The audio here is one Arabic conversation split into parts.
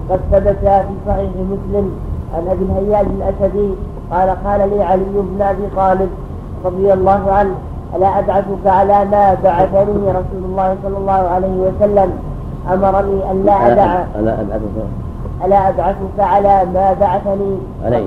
وقد ثبت في صحيح مسلم عن أبي الهياج الأسدي قال لي علي بن أبي طالب رضي الله عنه: ألا أدعتك على ما بعثني رسول الله صلى الله عليه وسلم؟ أمرني أن لا أدع ألا أدعتك على ما بعثني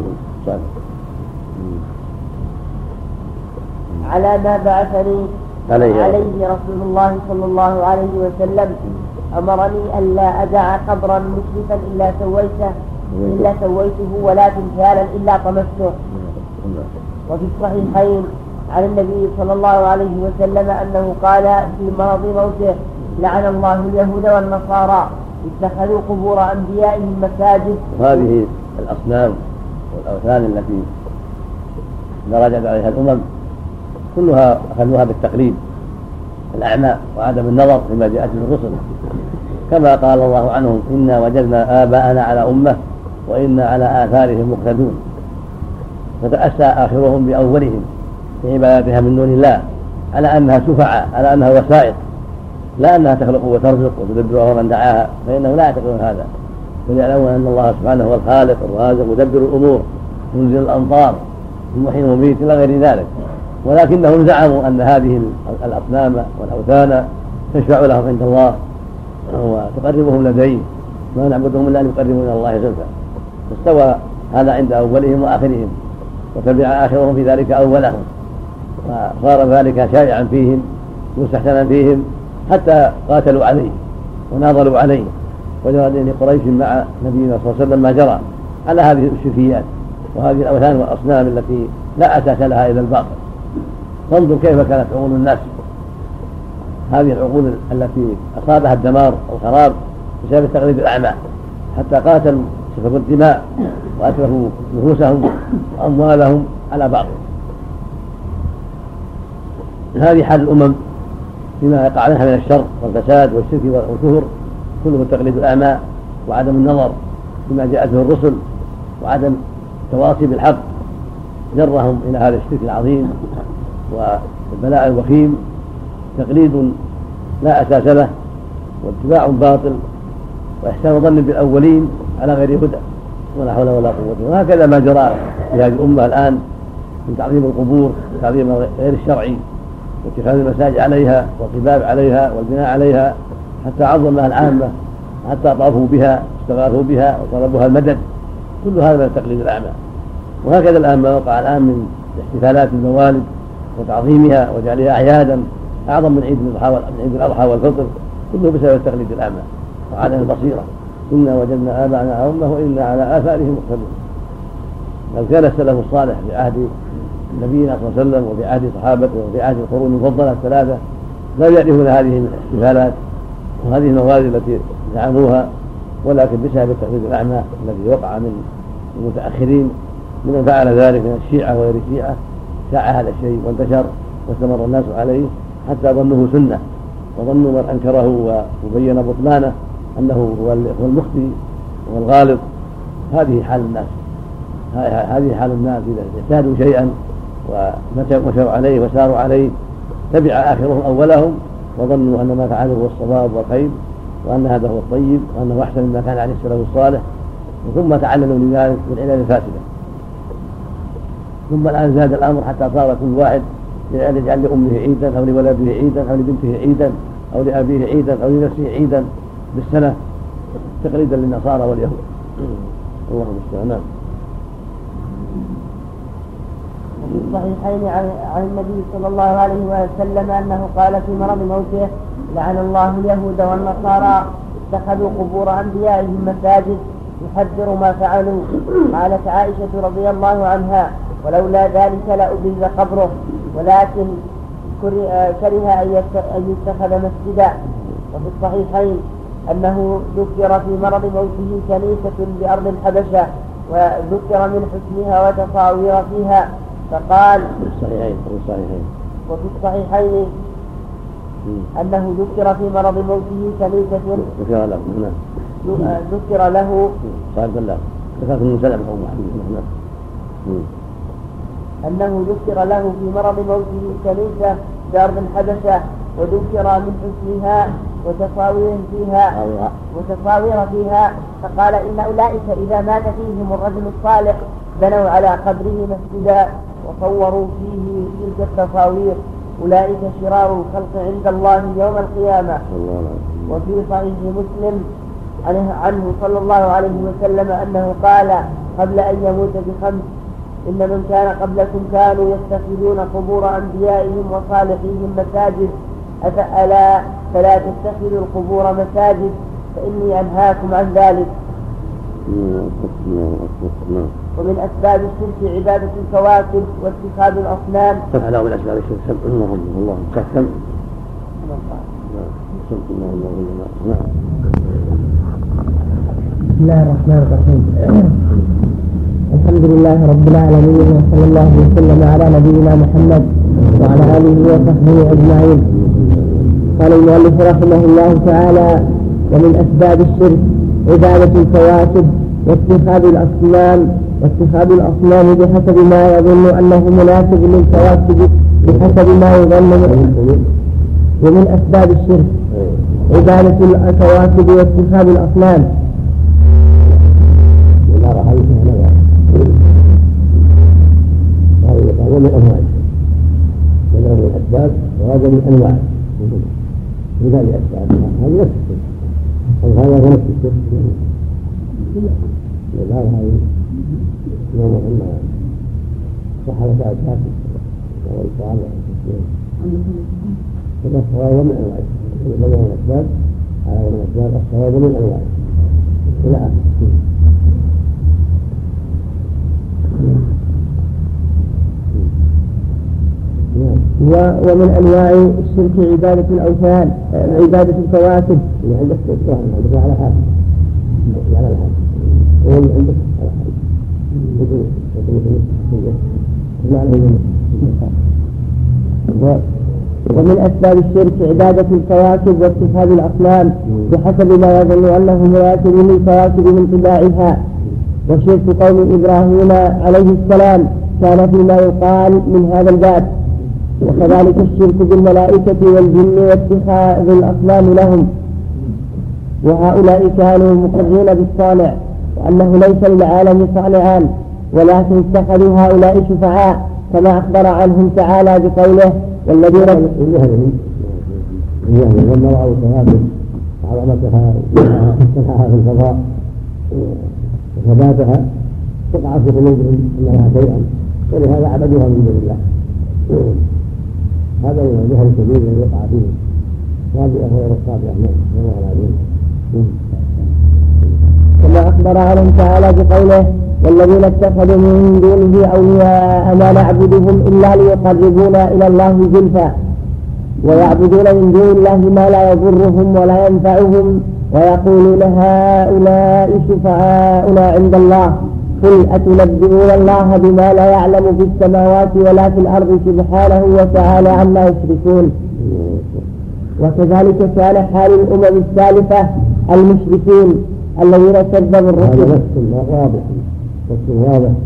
على ما بعثني عليه رسول الله صلى الله عليه وسلم. أمرني أن لا أدع قبرا مشرفا إلا سويته ولا تمثالا إلا طمسته. وفي الصحيحين عن النبي صلى الله عليه وسلم أنه قال في مرض موته: لعن الله اليهود والنصارى اتخذوا قبور أنبيائهم مساجد. وهذه الأصنام والأوثان التي درجت عليها الأمم كلها أخذوها بالتقليد الأعمى وعدم النظر فيما جاءت من الرسل، كما قال الله عنهم: إنا وجدنا آباءنا على أمة وإنا على آثارهم مقتدون. فتأسى آخرهم بأولهم في عبادتها من دون الله على أنها شفعاء، على أنها وسائط، لا أنها تخلق وترزق وتدبر من دعاها، فإنه لا يعتقدون هذا، وليعلمون أن الله سبحانه هو الخالق الرازق مدبر الأمور منزل الأمطار المحيي المميت إلى غير ذلك. ولكنهم زعموا أن هذه الأصنام والأوثان تشفع لهم عند الله وتقربهم لديه، ما نعبدهم إلا أن يقربون إلى الله زلفى. فاستوى هذا عند أولهم وآخرهم، وتبع آخرهم في ذلك أولهم، وصار ذلك شائعا فيهم مستحسنا فيهم حتى قاتلوا عليه وناضلوا عليه. وجرى دين قريش مع نبينا صلى الله عليه وسلم ما جرى على هذه الشركيات وهذه الأوثان والأصنام التي لا أساس لها إلا الباطل. فانظر كيف كانت عقول الناس، هذه العقول التي أصابها الدمار والخراب بسبب التقليد الأعمى، حتى قاتلوا سفكوا الدماء وأتلفوا نفوسهم وأموالهم على باطل. هذه حال الأمم فيما يقع منها من الشر والفساد والشرك والكفر، كله التقليد الأعمى وعدم النظر فيما جاءت به الرسل وعدم التواصي بالحق جرهم إلى هذا الشرك العظيم والبلاء الوخيم. تقليد لا أساس له واتباع باطل وإحسان ظن بالأولين على غير هدى ولا حول ولا قوة. وهكذا ما جرى في هذه الأمة الآن من تعظيم القبور تعظيم غير الشرعي واتخاذ المساجد عليها والقباب عليها والبناء عليها حتى عظمها العامة، حتى طافوا بها واستغاثوا بها وطلبوها المدد. كل هذا من التقليد الأعمى. وهكذا الآن ما وقع الآن من احتفالات الموالد وتعظيمها وجعلها أعيادا أعظم من عيد الأضحى والفطر، كله بسبب التقليد الأعمى وعدم البصيرة. إنا وجدنا آباءنا على أمة وإنا على آثارهم مقتدون. بل كان السلف الصالح في عهد نبينا صلى الله عليه وسلم وفي عهد صحابته وفي عهد القرون المفضلة الثلاثة لا يعرفون هذه الاحتفالات وهذه الموالد التي زعموها، ولكن بسبب التقليد الأعمى الذي وقع من المتأخرين من فعل ذلك من الشيعة وغير الشيعة شاع هذا الشيء وانتشر واستمر الناس عليه حتى ظنوه سنة، وظنوا من أنكره وبين بطلانه أنه هو المخطئ والغالط. هذه حال الناس، هذه حال الناس إذا اجتهدوا شيئا ومشوا عليه وساروا عليه تبع آخرهم أولهم وظنوا أن ما فعله هو الصواب والخير وأن هذا هو الطيب وأنه أحسن مما كان عليه السلف الصالح، ثم تعللوا لذلك بالعلل الفاسدة. ثم الآن زاد الأمر حتى صار كل واحد يجعل لأمه عيدا أو لولده عيدا أو لبنته عيدا أو لأبيه عيدا أو لنفسه عيدا بالسنة تقليدا للنصارى واليهود. الله المستعان. وفي الصحيحين عن النبي صلى الله عليه وسلم أنه قال في مرض موته: لعن الله اليهود والنصارى اتخذوا قبور أنبيائهم مساجد يحذر ما فعلوا. قالت عائشة رضي الله عنها: ولولا ذلك لأبرز قبره، ولكن كره أن يتخذ مسجدا. وفي الصحيحين أنه ذكر في مرض موته كنيسة بأرض الحبشة وذكر من حسنها وتصاوير فيها فقال. وفي الصحيحين أنه ذكر في مرض موته كنيسة ذكر له أنه ذكر له في مرض موته كنيسة بأرض الحبشة وذكر من حسنها متصاور فيها، فقال إن أولئك إذا مات فيهم الرجل الصالح بنوا على قبره مسجدا وصوروا فيه تلك التصاوير، أولئك شرار الخلق عند الله يوم القيامة. وفي صحيح مسلم عنه صلى الله عليه وسلم أنه قال قبل أن يموت بخمس: إن من كان قبلكم كانوا يتخذون قبور أنبيائهم وصالحيهم مساجد، أفألا فلا تتخذوا القبور مساجد فإني أنهاكم عن ذلك. ومن أسباب الشرك عبادة الكواكب واتخاذ الأصنام. هذا من أسباب الشرك. الله كفم. بسم الله الرحمن الرحيم. الحمد لله رب العالمين، وصلى الله وسلم على نبينا محمد وعلى آله وصحبه أجمعين. قال المؤلف رحمه الله تعالى: ومن أسباب الشرك عبادة الكواكب واتخاذ الأصنام بحسب ما يظن أنه مناسب للكواكب بحسب ما يظن. ومن أسباب الشرك عبادة الكواكب واتخاذ الأصنام. ومن أنواع وله من الأسباب وهذا من أنواع هذه الأسباب. هذا نفس الشرك أو هذا نفس الشرك. هذا يوم أن صحابة الكافر والصالح هذا الصواب من أنواع الشرك. من الأسباب على من الأسباب الصواب من أنواع إلى آخره. ومن أنواع الشرك عبادة الأوثان، عبادة الكواكب. عندك عندك على حال على الحال عندك على حال. ومن أسباب الشرك عبادة الكواكب واتخاذ الأصنام بحسب ما يظن أنه مناسب للكواكب من طباعها. وشرك قوم إبراهيم عليه السلام كان فيما يقال من هذا الباب. وكذلك الشرك بالملائكة والجن واتخاذ الأصنام لهم، وهؤلاء كانوا مقرين بالصانع وأنه ليس للعالم صانعان، ولكن اتخذوا هؤلاء شفعاء كما أخبر عنهم تعالى بقوله: والذين لما رأوا الكواكب عظمتها وفتحها في الفضاء وثباتها وقع في قلوبهم أنها شيئا، ولهذا عبدوها من دون الله. هذا هو الجهل الكبير الذي يقع فيه صابئة غير الصابئة. كما أخبر عنهم تعالى بقوله: والذين اتخذوا من دونه أولياء ما نعبدهم إلا ليقربونا إلى الله زلفى، ويعبدون من دون الله ما لا يضرهم ولا ينفعهم، ويقولون هؤلاء شفعاؤنا عند الله، قل أتنبئون الله بما لا يعلم في السماوات ولا في الأرض سبحانه وتعالى عما يشركون. وكذلك كان حال الأمم السالفة المشركين الذين كذبوا الرسل. هذا واضح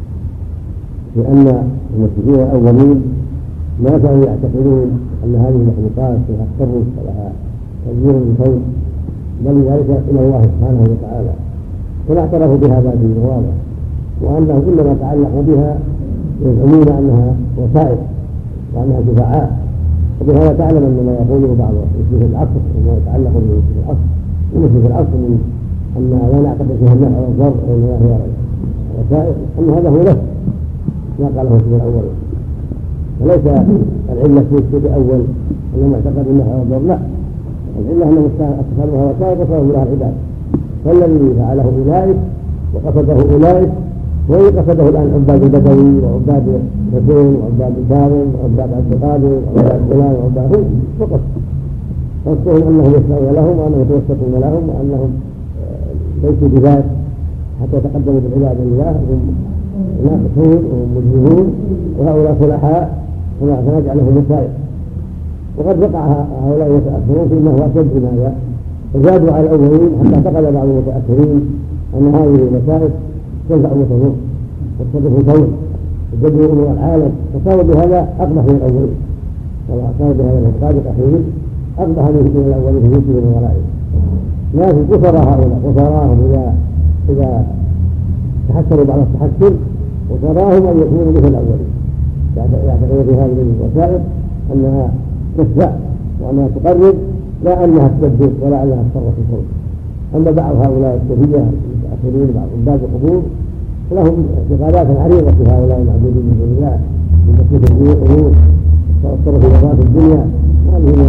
لأن المشركين الأولين ما كانوا يعتقدون أن هذه المخلوقات لها تصرف ولها تدبير الكون، بل ذلك إلى الله سبحانه وتعالى، ولا اعترفوا بهذا في واضح، وأنه إنما تعلقوا بها يزعمون أنها وسائل وأنها شفعاء. وبهذا تعلم أن ما يقوله بعض مشرك العصر وما يتعلق بمشرك العصر ومشرك العصر من أن لا نعتقد فيها النفع والضر وأنها هي وسائل، أن هذا هو نفس ما قاله الشيخ الأول، وليس العلة في الشيء الأول أنهم اعتقدوا النفع والضر، لا، العلة أنهم اتخذوها وسائل وصاروا لها العباد. فالذي فعله أولئك وقصده أولئك، وإن قصده الآن عباد البدوي وعباد الحسين وعباد الكاظم وعباد عبد القادر وعباد فلان وعباد هم فقط قصدهم أنهم يشفعون لهم وأنهم يتوسطون لهم وأنهم ليسوا بذات حتى يتقدموا بالعباد لله، هم ناقصون وهم مجرمون، وهؤلاء صلحاء فنجعلهم وسائل. وقد وقع هؤلاء يتأثرون فيما هو أشد من هذا، فزادوا على الأولين حتى اعتقد بعض المتأثرين أن هذه المسائل تنفع وتضر وتصرف الكون وتدبر أمور العالم، فصاروا بهذا أقبح من الأولين، وصاروا بهذا الاعتقاد الأخير أقبح من الأولين في مثلهم وغيرهم. لكن كفر هؤلاء وصراهم إذا تحسنوا بعض التحسن وصراهم أن يكونوا مثل الأولين، يعتقدون في هذه الوسائل أنها تشفع وأنها تقرب لا أنها تبدل ولا أنها تصرف في الخلق. أما بعض هؤلاء الصوفية المتأخرين بعض عباد القبور لهم اعتقادات عريضة في هؤلاء المعبودين من دون الله من تكليف القبور والتصرف في وظائف الدنيا. هذه من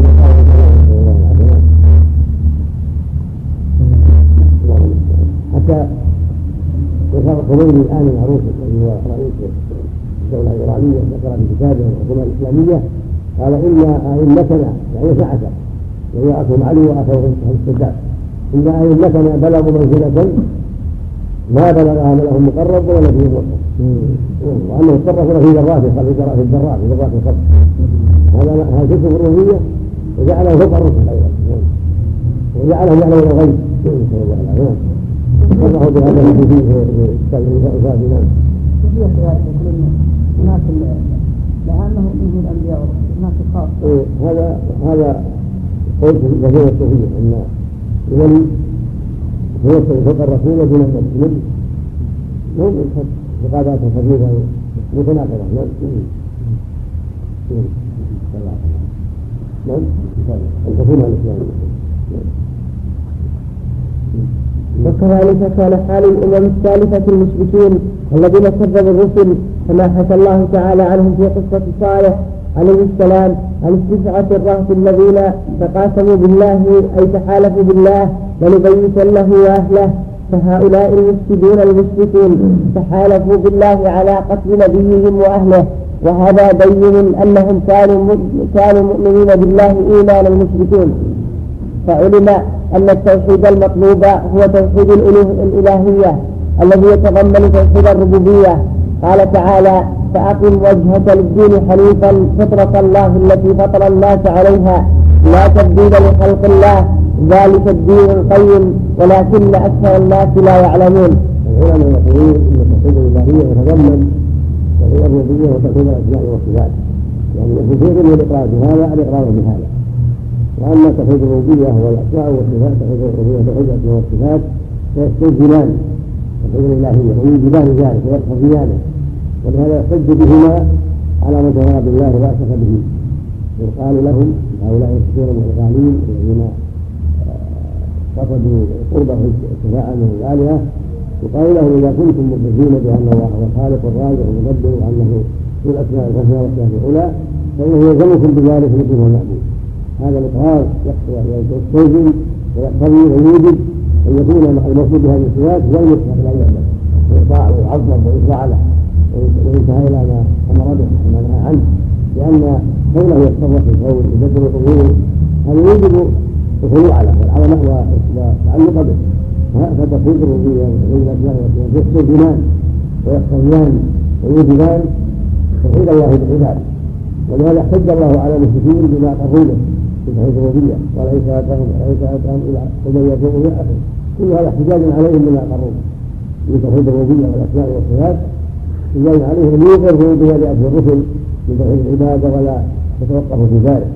حتى وصار الخميني الآن المعروف الذي هو رئيس الدولة الإيرانية ذكر في كتابه الحكومة الإسلامية قال إن أئمتنا يعني سعة ويأتهم علي وأخوه السداد إن أئمتنا بلغوا منزلة ما بلغها لهم مقرب ولا نبي مرسل، وأنه تصرفوا في ذراته قال في الذرات في ذرات الخلق. هذا كتب الربوبية وجعله فوق الرسل أيضا وجعلهم يعلمون الغيب نسأل الله العافية. وضعوا بهذا الحديث في كتاب الإنسان هناك لأنه من الأنبياء هناك خاص. هذا قول كثير الصوفية أن من هو فوق الرسول ودون المسلم هم اعتقادات خفيفة متناقضة. نعم الحكومة الإسلامية. وكذلك كان حال الأمم الثالثة المشركين الذين كذبوا الرسل كما حكى الله تعالى عنهم في قصة صالح عليه السلام عن استشعة الرهط الذين تقاسموا بالله أي تحالفوا بالله لنبيتنه وأهله. فهؤلاء المفسدون المشركون تحالفوا بالله على قتل نبيهم وأهله، وهذا بين أنهم كانوا مؤمنين بالله إيمان المشركين. فعلم أن التوحيد المطلوب هو توحيد الإلهية الذي يتضمن توحيد الربوبية. قال تعالى فأقم وجهك للدين حنيفا فطرة الله التي فطر الناس عليها لا تبديل لخلق الله ذلك الدين القيم ولكن أكثر الناس لا يعلمون. العلماء يقولون أن توحيد الإلهية يتضمن توحيد الربوبية وتوحيد الأسماء والصفات، يعني الكثير من الإقرار بهذا الإقرار بهذا. وأما توحيد الربوبية هو الأسماء والصفات توحيد الربوبية توحيد الأسماء والصفات فيستلزمان توحيد الإلهية ويوجبان ذلك ويقتضيانه، ولهذا يحتج بهما على من كفر بالله لا شك به. يقال لهم هؤلاء الكثير من الغالين الذين قصدوا قربه الشفاعة من الآلهة يقال لهم إذا كنتم مؤمنين بأن الله هو الخالق الرازق المدبر وأنه في الأسماء الحسنى والصفات العلى فإنه يلزمكم بذلك مثل هو المعبود. هذا الإقرار يستلزم ويقتضي ويوجب أن يكون المقصود بهذه الصفات هو المطلق لا يعلم ويطاع ويعظم ويخضع له وينتهى إلى ما أمر به وما نهى عنه، لأن كونه يتصرف في الكون يدبر الأمور هذا يوجب الخضوع له والعظمة والتعلق به. فتوحيد الربوبية وتوحيد الأسماء والصفات يستلزمان ويقتضيان ويوجبان توحيد الله بالعباد. ولهذا احتج الله على المشركين بما أقروا به في توحيد الربوبية وليس أتاهم إلى ومن يدعو إلى آخره. كل هذا احتجاج عليهم بما أقروا من توحيد الربوبية والأسماء والصفات، احتجاج عليهم أن يقروا بما جاء في الرسل من توحيد العبادة ولا يتوقفوا في ذلك.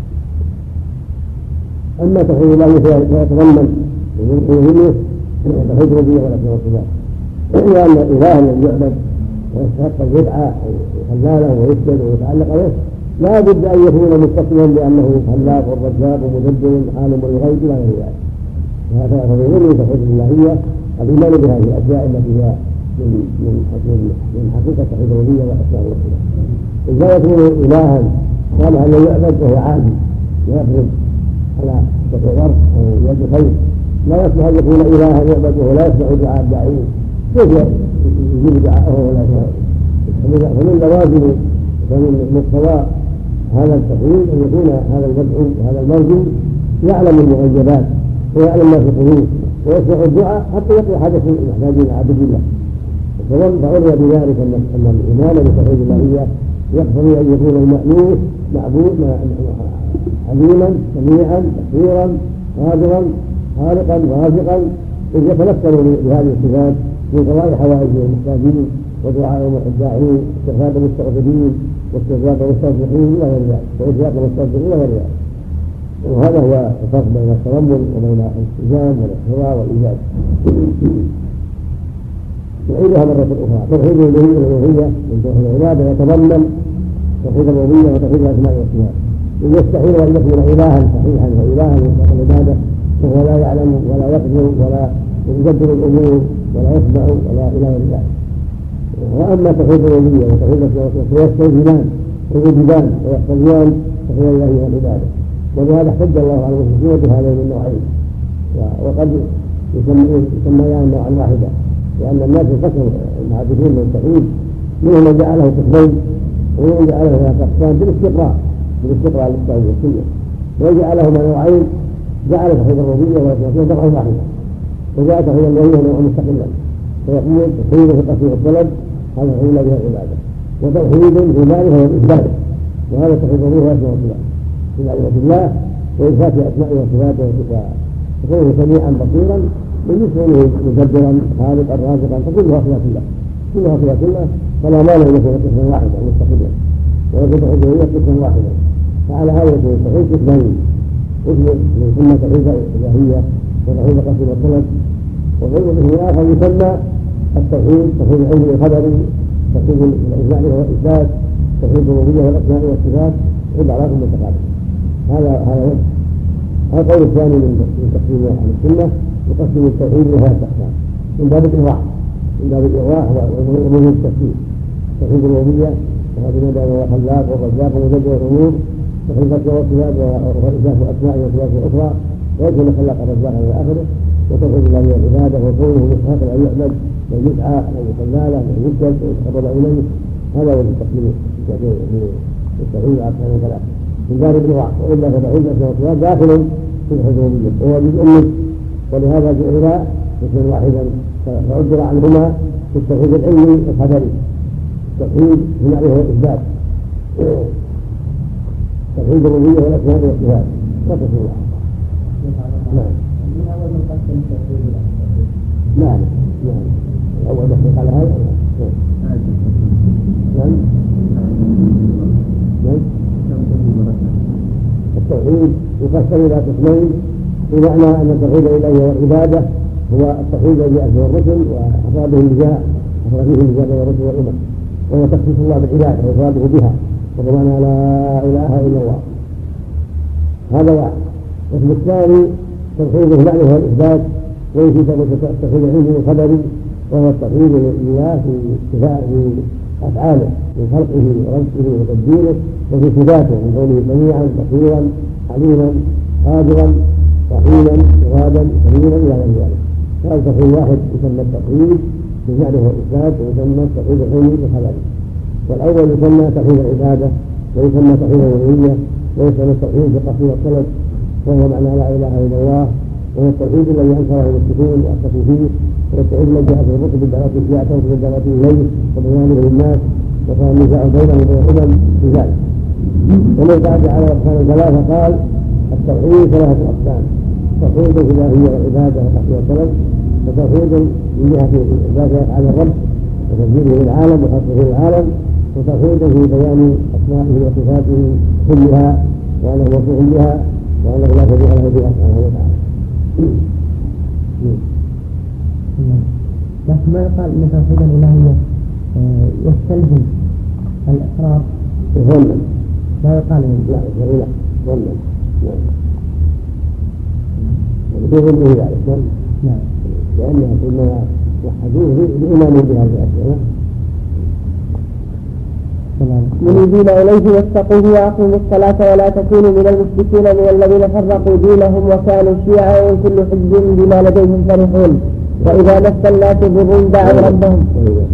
أما توحيد الله فيتضمن من توحيد الربوبية والأسماء والصفات، لأن الإله الذي يعبد ويستحق البدعة ويخلى له ويسجد ويتعلق به لا بد أن يكون متصلا بأنه خلاق والرزاق ومدبر عالم الغيب لا غير ذلك. وهكذا فضيل توحيد الإلهية الإيمان بهذه الأشياء التي هي من حقيقة توحيد الربوبية والأسماء والصفات. إذا يكون إلها صالحا لا يعبد وهو عاجز ويقرب على سطح الأرض أو يد خير لا يصلح أن يكون إلها يعبد وهو لا يسمع دعاء الداعين كيف يجيب دعاءه ولا يسمع. فمن لوازم ومن مقتضى هذا التقويم أن يكون هذا المدعو وهذا المرجو يعلم المغيبات ويعلم ما في القلوب ويسمع الدعاء حتى يقضي حدث المحتاجين عبد الله. فعرف بذلك أن الإيمان بتوحيد الإلهية يقتضي أن يكون المألوف معبود عليما سميعا بصيرا قادرا خالقا رازقا إذ يتمثل بهذه الصفات في قضاء حوائج المحتاجين ودعاء الداعين واستغفار المستغفرين واستغفار المستغفرين إلى غير ذلك وإشراق المستغفرين إلى غير ذلك. وهذا هو الفرق بين التضمن وبين الالتزام والاقتضاء والايجاد. نعيدها مرة أخرى: توحيد الألوهية من توحيد العبادة يتضمن توحيد الربوبية وتوحيد الأسماء والصفات. يستحيل أن يكون إلها صحيحا وإلها يطلق العبادة وهو لا يعلم ولا يقدر ولا يدبر الأمور ولا يسمع ولا إلى غير ذلك. وأما توحيد الربوبية وتوحيد الأسماء والصفات فيستلزمان ويوجبان ويقتضيان توحيد الله والعبادة. ولهذا احتج الله على المشركين بهذين النوعين، وقد يسميان نوعا واحدا، لأن الناس انقسموا المعرفون من التوحيد، منهم من جعله قسمين ومنهم جعله ثلاثة أقسام بالاستقراء للكتاب والسنة، وجعلهما نوعين: جعل توحيد الربوبية والأسماء نوعا واحدا، وجعل توحيد الألوهية نوعا مستقلا، فيقول توحيد في القصد والطلب هذا توحيد الله والعبادة، وتوحيد في ذلك هو الإثبات، وهذا توحيد الربوبية والأسماء والصفات في معرفة الله وإثبات أسمائه وصفاته وكونه سميعا بصيرا ويكونه مدبرا خالقا رازقا، فكلها صفات الله، كلها صفات الله، فلا مانع ان يكون قسما واحدا مستقلا، ويكون توحيد الالوهيه قسما واحدا. فعلى هذا يكون التوحيد قسمين: قسم يسمى توحيد الالهيه وتوحيد القصد والطلب، وغير اسم اخر يسمى التوحيد توحيد العلم والخبر، توحيد الاجماع والاثبات، توحيد الربوبيه والاسماء والصفات، عند اعراف متقابله. هذا وجه. القول الثاني من تقسيم اهل السنه يقسم التوحيد الى ثلاث اقسام من باب الايضاح ومن التفسير: توحيد الربوبيه وهذا ما بين الخلاق والرزاق ومدبر الامور، توحيد الاسماء والصفات واثبات الاسماء والصفات الاخرى ويجعل الخلاق الرزاق الى اخره، وتوحيد الله والعباده وكونه مستحقا ان يعبد ويدعى ويصلى له ويوكل ويتقرب اليه. هذا هو التقسيم التوحيد الاقسام ثلاثه من باب الايضاح. والا فتوحيد الاسماء والصفات داخل في توحيد الربوبيه وهو جزء منه، ولهذا جعل قسما واحدا فعبر عنهما في التوحيد العلمي والخبري. التوحيد هنا هو الاثبات، توحيد الربوبيه والاسماء والصفات وقسم واحد. نعم الاول يحقق على هذا. التوحيد يقسم الى قسمين، بمعنى ان التوحيد الالهي والعباده هو التوحيد الذي ارسله الرسل وافراد به النجاة بين الرسل والامم، وهو تخصيص الله بالعباده وافراده بها وضمانها لا اله الا الله. هذا واحد. والقسم الثاني توحيد المعنى والاثبات، وفي التوحيد العلمي والخبري، وهو التوحيد لله في افعاله من خلقه ورزقه وتدبيره، وفي صفاته من قوله سميعا بصيرا عليما قادرا رحيما جوادا كريما الى غير ذلك. هذا توحيد واحد يسمى التوحيد بالمعنى والاثبات، ويسمى التوحيد العلمي والخبري. والاول يسمى توحيد العباده، ويسمى توحيد الربوبيه، ويسمى التوحيد بالقصد والطلب، وهو معنى لا اله الا الله، وهو التوحيد الذي انكره المشركون واسقطوا فيه، والتوحيد الذي جاء في الرسل بالدعوه اليه وبيانه للناس، وكان النزاع بينهم وبين الامم في ذلك. ومن بعد على الاقسام ثلاثه قال التوحيد ثلاثه اقسام: توحيد الالهيه والعباده والقصد والطلب، وتوحيد من جهه اثبات على الرب وتدبيره للعالم وخلقه للعالم، وتوحيد في بيان اسمائه وصفاته كلها وانه موصوف بها وانه لا شريك له بها سبحانه وتعالى. لكن ما يقال ان توحيد الالهيه يستلزم الاقرار؟ ظنا. لا يقال لا ظنا. يقول به ذلك. نعم. لانها كلما وحدوه بايمانهم بهذه الاشياء. منيبين إليه واتقوه وأقيموا الصلاة ولا تكونوا من المشركين من الذين فرقوا دينهم وكانوا شيعا كل حزب بما لديهم فرحون. وإذا مس الناس ضر دعوا ربهم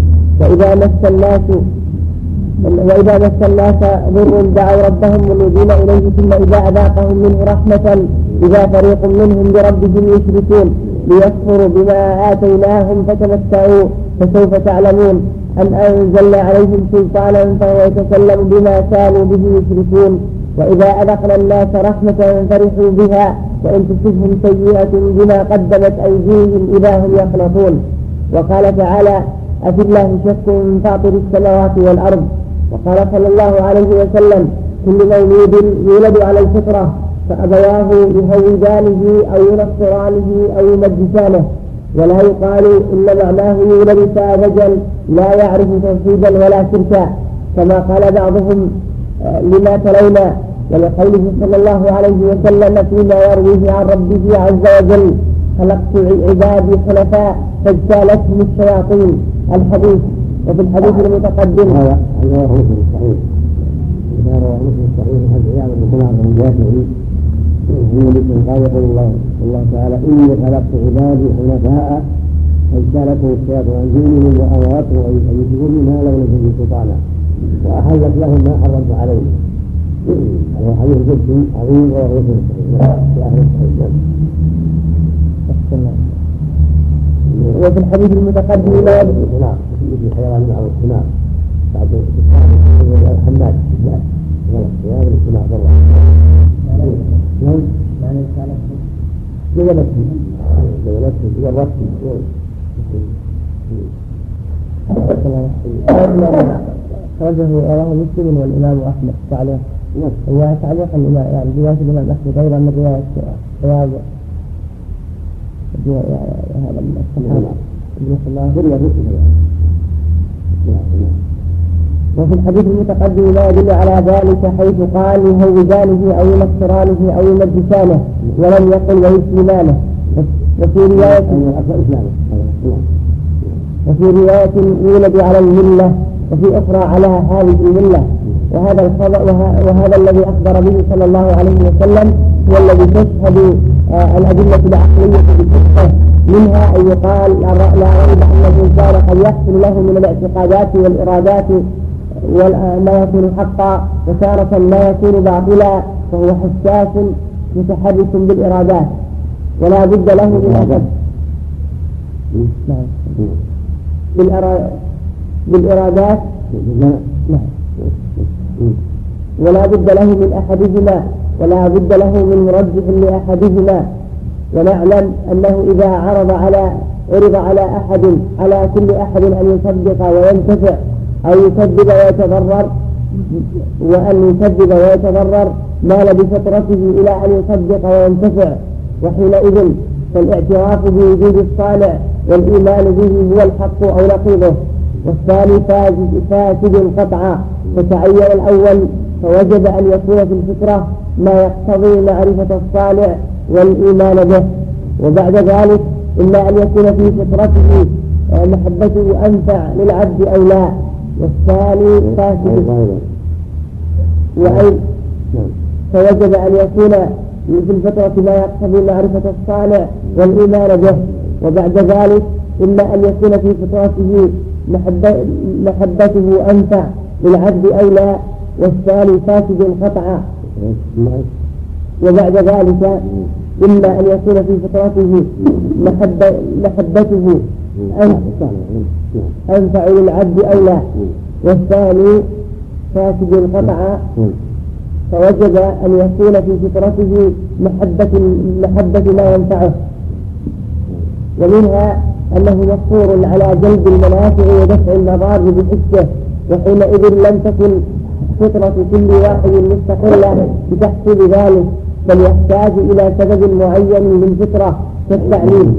وإذا مس الناس ضر دعوا ربهم منيبين إليه ثم إذا أذاقهم منه رحمة إذا فريق منهم بربهم يشركون ليكفروا بما آتيناهم فتمتعوا فسوف تعلمون أن أنزلنا عليهم سلطانا فهو يتكلم بما كانوا به يشركون. وإذا أذقنا الناس رحمة فرحوا بها وإن تصبهم سيئة بما قدمت أيديهم إذا هم يخلطون. وقال تعالى أفي الله شك فاطر السماوات والأرض. وقال صلى الله عليه وسلم كل مولود يولد على الفطرة فأبواه يهودانه أو ينصرانه أو يمجسانه، ولا يقال إن معناه يولد ساذجا لا يعرف توحيدا ولا شركا، كما قال بعضهم لما تلونا، ولقوله صلى الله عليه وسلم فيما يرويه عن ربه عز وجل: خلقت عبادي حنفاء فاجتالتهم الشياطين. الحديث. وفي الحديث المتقدم هذا رواه مسلم الصحيح. إذا رواه مسلم الصحيح عن عياض بن حمار بن الجاشعي قال يقول الله تعالى: إني خلقت عبادي حنفاء فاجتالتهم الشياطين عن دينهم وأمرتهم أن يشركوا منها لو لم يكن سلطانا وأحلت لهم ما حرمت عليهم. هذا حديث جد عظيم ورواه مسلم الصحيح في آخر الصحيح. وفي الحديث المتقدم لا في حيوان معه الصناع بعد الحماد الثياب الصناع برا يعني كانت خرجه رواه مسلم والإمام أحمد تعليق. هو تعليق الإمام يعني رواية الإمام أحمد غير من رواية رواه هذا الصحابة ابن الله. وفي الحديث المتقدم لا يدل على ذلك حيث قال يهودانه أو ينصرانه أو يمجسانه ولم يقل ويسلمانه. وفي رواية يولد على الملة وفي أخرى على هذه الملة. وهذا الذي أخبر به صلى الله عليه وسلم هو الذي تشهد الأدلة العقلية بالصحة، منها أن يقال لا ريب أن الإنسان قد يحصل له من الاعتقادات والإرادات ما يكون حقا وتارة ما يكون باطلا، فهو حساس متحرك بالإرادات ولا بد له من أحد بالإرادات ولا بد له من أحدهما ولا بد له من مرجح لأحدهما. ونعلم أنه إذا عرض على كل أحد أن يصدق وينتفع أو يكذب ويتضرر، وأن يكذب ويتضرر مال بفطرته إلى أن يصدق وينتفع، وحينئذ فالاعتراف بوجود الصانع والإيمان به هو الحق أو نقيضه، والثاني فاسد قطعا. فتعين الأول فوجب أن يكون في الفطرة ما يقتضي معرفة الصانع والإيمان به، وبعد ذلك إما أن يكون في فطرته محبته أنفع للعبد أو لا، والثاني فاسد فوجب أن يكون في الفطرة ما يقتضي معرفة الصانع والإيمان به، وبعد ذلك إما أن يكون في فطرته محبته أنفع للعبد أو لا، والثاني فاسد قطعا. وبعد ذلك إما أن يكون في فطرته محبته أنفع للعبد أو لا، والثاني فاسد قطعا، فوجب أن يكون في فطرته محبة ما ينفعه. ومنها أنه مفطور على جلب المنافع ودفع المضار بحسه، وحينئذ لم تكن فطرة كل واحد مستقلة بتحصيل ذلك، بل يحتاج إلى سبب معين للفطرة كالتعليم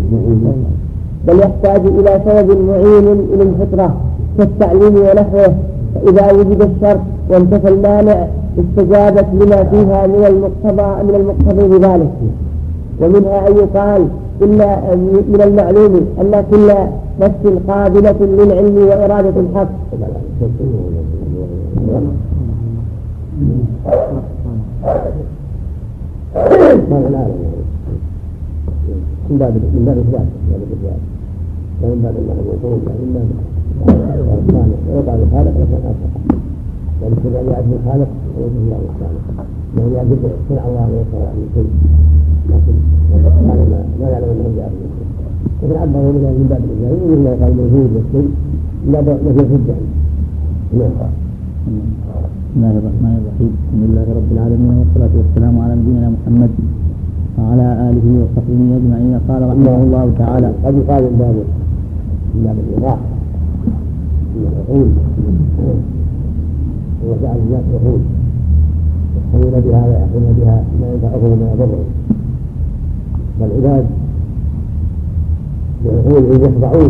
كالتعليم ونحوه. فإذا وجد الشرط وانتفى المانع استجابت لما فيها من المقتضي بذلك. ومنها أن يقال إلا من المعلوم أن كل نفس قابلة للعلم وإرادة الحق. من باب الإثبات ومن باب الله يقول من باب الصانع ويقع الخالق لكن أصبح ولكن أن يعبد الخالق ويجب الله الصانع وأن يعبد صنع الله ويصنع عن الكل، لكن ما يعلم أنه يعبد الكل. وفي العبد هو من باب الإجابة ومن الله يقال موجود والكل لا نفي الحجة. بسم الله الرحمن الرحيم. الحمد لله رب العالمين والصلاة والسلام على نبينا محمد وعلى آله وصحبه أجمعين. قال رحمه الله تعالى: قد يقال من باب الإيضاح من العقول وجعل الناس عقول يحكمون بها ويحكمون بها ما ينفعهم وما يضرهم. فالعباد بعقولهم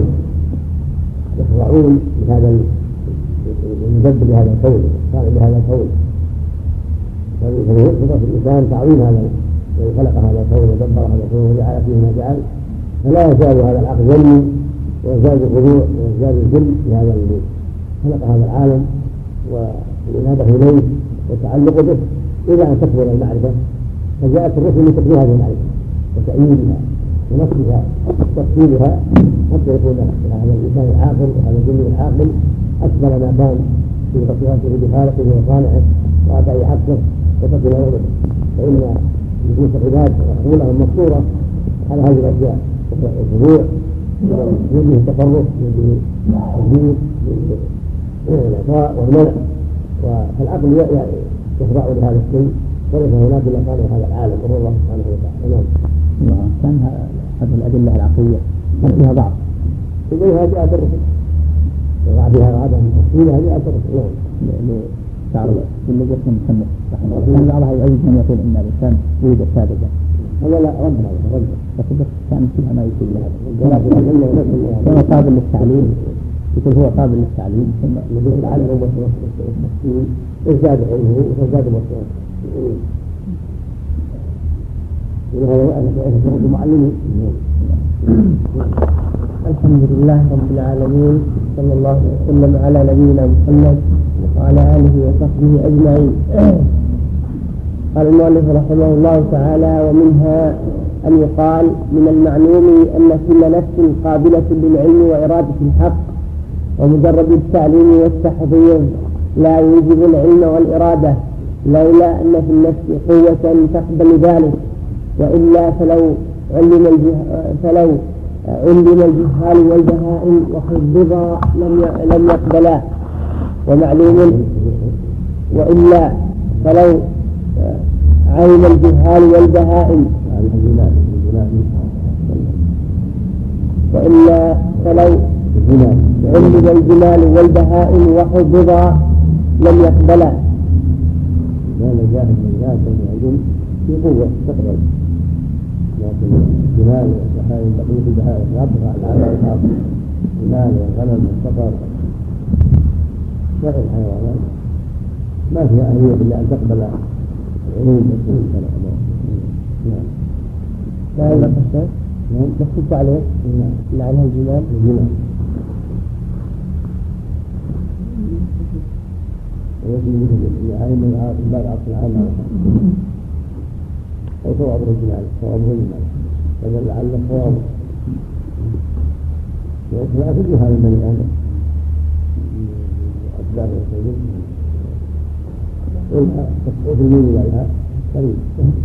يخضعون لهذا المدبر لهذا الكون، صانع لهذا الكون. فالفطرة في الإنسان تعظيم هذا الذي خلق هذا الكون ودبر هذا الكون وجعل فيه ما جعل، فلا يزال هذا العقل ينمو ويزداد الخضوع ويزداد الذل لهذا الذي خلق هذا العالم والإنابة إليه والتعلق به إلى أن تكبر المعرفة. فجاءت الرسل لتكبير هذه المعرفة وتأييدها ونصرها وتفصيلها حتى يكون هذا الإنسان العاقل وهذا الجن العاقل أكبر ما كان في تصرفاته بخالقه وصانعه وأداء حقه وتكبير أمره. فإن نفوس العباد وعقولهم مقصورة على هذه الأشياء، الخضوع يده التفرق يده التدبير الإعطاء والمنع. فالعقل يخضع لهذا الشيء وليس هناك إلا صانع هذا العالم وهو الله سبحانه وتعالى. كان هذه الأدلة العقلية هل فيها ضعف؟ إليها جاءت الرسل وبعدها عدم تفصيلها جاءت الرسل. تعرض كل جسم مسمى رحمه الله. كان بعضها يؤيد من يقول إن الإنسان ولد ساذجا. هذا لا ربنا رد. فكذا كان فيها ما يقول لها. كان قابل للتعليم يقول هو قابل للتعليم ثم يقول العلم والتفصيل ازداد علمه وازداد مصدره. وهذا معلمين. الحمد لله رب العالمين، صلى الله وسلم على نبينا محمد وعلى آله وصحبه أجمعين. قال المؤلف رحمه الله تعالى: ومنها أن يقال من المعلوم أن كل نفس قابلة للعلم وإرادة الحق، ومجرد التعليم والتحضير لا يوجب العلم والإرادة، لولا أن في النفس قوة تقبل ذلك، وإلا فلو علم الجهال والبهائم وحفظا لم يقبلا. ومعلوم وإلا فلو علم الجهال والبهائم وإلا فلو علم الجمال والبهائم وحفظا لم يقبلا. لا جاهل من ذات العلم في قوة تقبل، لكن الجمال والبهائم بقية البهائم يبقى على العمل الحاصل المال والغنم والصقر سائر الحيوانات ما فيها أهلية إلا أن تقبل العلوم والسلم. لا يبقى الشيء مكتوب عليه لعنها الجمال. ويجب مثل العين بعد عصر العين أو صواب الجمال فدل على الصواب لا تجي هذا من الآن أسباب السيد تسقط المين إليها سليم.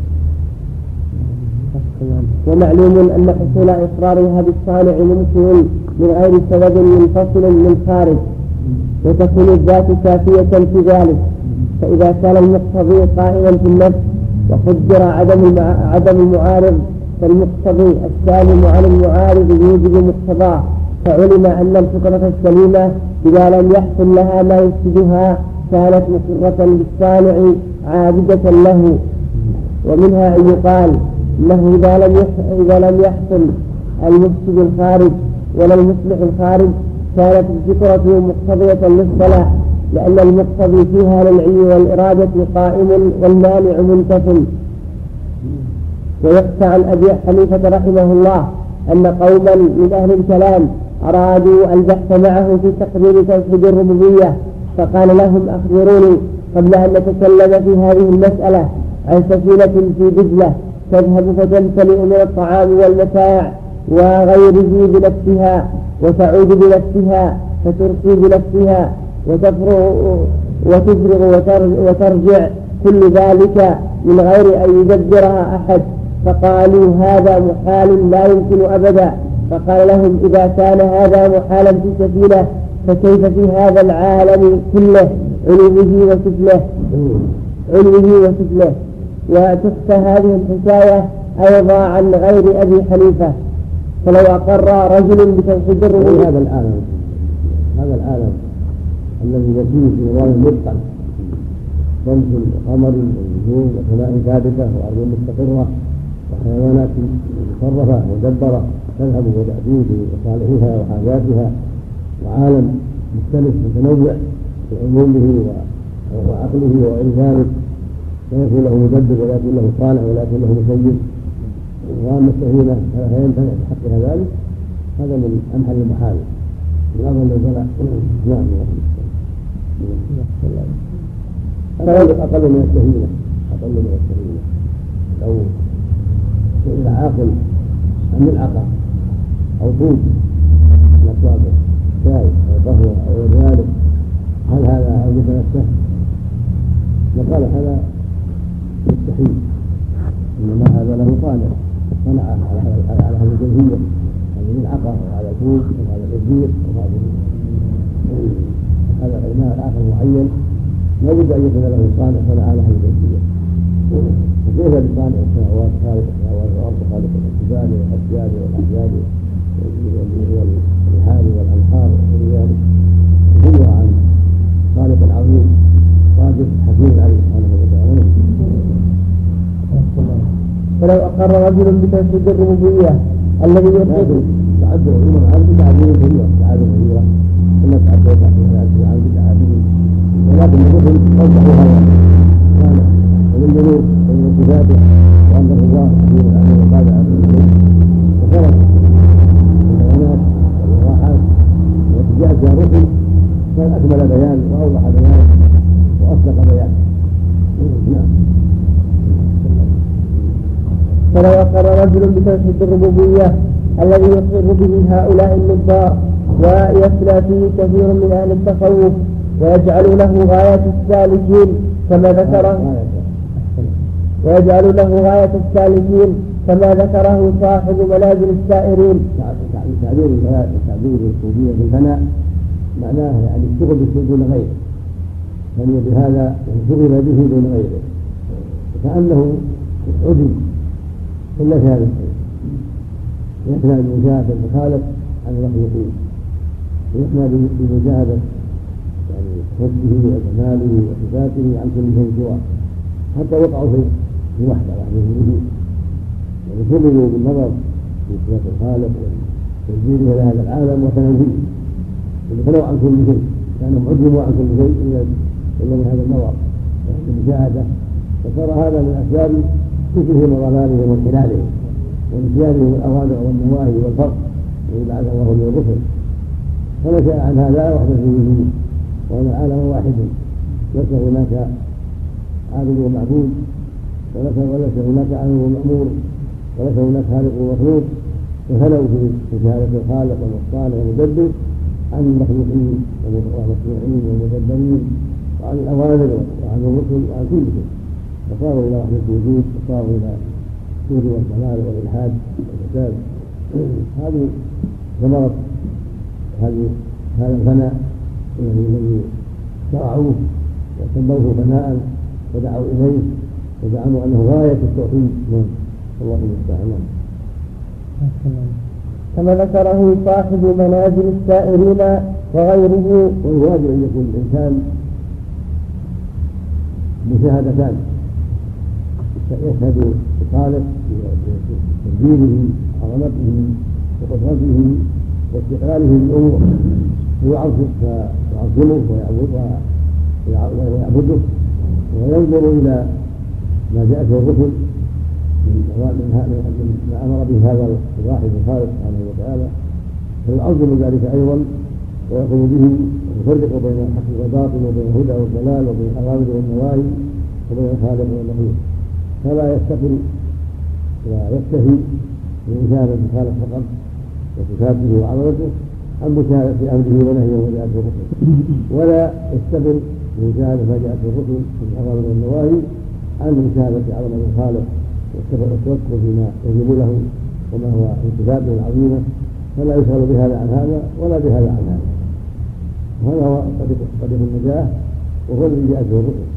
ومعلوم أن حصول إقرارها بالصانع ممكن من غير سبب منفصل من خارج، وتكون الذات كافية في ذلك. فإذا كان المقتضي قائما في النفس وقدر عدم المعارض، فالمقتضي السالم عن المعارض يوجب مقتضاه. فعلم أن الفطرة السليمة إذا لم يحصل لها ما يفسدها كانت مقرة بالصانع عابدة له. ومنها أن يقال إنه إذا لم يحصل المفسد الخارج ولا المصلح الخارج كانت الفطرة مقتضية للصلاح، لأن المقتضي فيها للعلم والإرادة قائم والمانع منتف. ويحكى عن أبي حنيفة رحمه الله أن قوما من أهل الكلام أرادوا البحث معه في تقرير توحيد الربوبية، فقال لهم: أخبروني قبل أن نتكلم في هذه المسألة عن سفينة في دجلة تذهب فتمتلئ من الطعام والمتاع وغيره بنفسها، وتعود بنفسها، فترقي بنفسها، وتفرغ وترجع، كل ذلك من غير أن يدبرها أحد. فقالوا: هذا محال لا يمكن أبدا. فقال لهم: إذا كان هذا محالا في سفينة فكيف في هذا العالم كله علوه وسفله. وتحكى هذه الحكاية أيضا عن غير أبي حنيفة. فلو أقر رجل بتوحيد الربوبية هذا العالم الذي يسير في نظام متقن شمس وقمر ونجوم وسماء ثابتة وأرض مستقرة وحيوانات مصرفة مدبرة تذهب وتأتي بمصالحها وحاجاتها، وعالم مختلف متنوع بعلومه وعقله وغير ذلك، لا يكون له مدبر ولا يكون له صانع ولا يكون له مسير. واما السفينه فلا يمتنع بحقها ذلك، هذا من امحل المحال من اظن البلاء. نعم اقل من السفينه لو سئل عاقل عن ملعقه او طوب من اصابع شاي او قهوه او غير ذلك هل هذا اوجد نفسه؟ لقال هذا مستحيل، انما هذا له صنعه على هذه الكيفيه، هذه الملعقه وهذا الطوب وهذا الازير هذا الماء الاخر معين لا بد ان يكون له صنع على هذه الكيفيه. وكيف بصانع السماوات خالق السماوات والارض خالق الجبال والاشجار والاحجار والبحار والانهار وغير ذلك، يدل عن خالق عظيم قادر حكيم عليه سبحانه وتعالى. فلو أقر رجل بتوحيد الربوبية الذي يقر تعدوا عمر عن بدعة كبيرة، كما تعدوا عن بدعة ولكن الرسل وضحوا هذا كان ومن ذنوب ومن صفاته وأنه الله حكيم عليه وقادر على كل شيء، وخرج البيانات والإيضاحات التي جاءت بها الرسل كان أكمل بيان وأوضح بيان وأصدق بيان. نعم. فلو أقر رجل بتوحيد الربوبية الذي يقر به هؤلاء النظار ويفنى فيه كثير من أهل التصوف ويجعل له غاية السالكين كما ذكره صاحب منازل السائرين. تعبير الصوفية بالفناء معناه يعني الشغل بالشيء دون غيره، يعني بهذا شغل به دون غيره، كأنه عدل إلا في هذا الشيء، يفنى بمجاهدة الخالق عن المخلوقين، ويفنى بمجاهدة يعني حسنه وجماله وصفاته عن كل شيء سواه، حتى وقعوا في وحدة وحده الوجود، يعني شغلوا بالنظر في صفات الخالق وتدبيره لهذا العالم وتنزيله، فنوا عن كل شيء، كانوا عزموا عن كل شيء إلا من هذا النظر والمشاهدة، فصار هذا من أسباب كفرهم وضلالهم وانحلالهم ونسيانهم الأوامر والنواهي والفرق الذي بعث الله من الرسل. فنشأ عن هذا وحدة الوجود، وأن العالم واحد ليس هناك عابد ومعبود، وليس هناك عامل ومأمور، وليس هناك خالق ومخلوق، فهلوا في شهادة الخالق والصانع والمدبر عن المخلوقين والمصنوعين والمدبرين وعن الأوامر وعن الرسل وعن كل شيء، فصاروا إلى وحدة الوجود وصاروا إلى السوء والضلال والإلحاد والفساد. هذه ثمرة هذا الفناء الذي شرعوه وسموه فناء ودعوا إليه وزعموا أنه غاية التوحيد. الله المستعان. كما ذكره صاحب منازل السائرين وغيره. والواجب أن يكون الإنسان مشاهدتان، يشهد الخالق بتدبيره وعظمته وقدرته واستقلاله بالامور، فيعظمه ويعبده وينظر الى ما جاء في الرسل ما امر به هذا الواحد الخالق سبحانه وتعالى، فيعظم ذلك ايضا ويقوم به ويفرق بين الحق والباطل وبين الهدى والضلال وبين الاوامر والنواهي وبين الخالق والمخلوق، فلا يستقل ويكتفي بمشاهدة الخالق فقط وصفاته وعظمته عن مشاهدة أمره ونهيه وجاءت في الرسل، ولا يستقل بمشاهدة ما جاءت في الرسل من الأوامر والنواهي عن مشاهدة عظمة الخالق والتوكل فيما يجب له وما هو من صفاته العظيمة، فلا يشغل بهذا عن هذا ولا بهذا عن هذا. وهذا هو طريق النجاة وهو الذي جاءت به الرسل.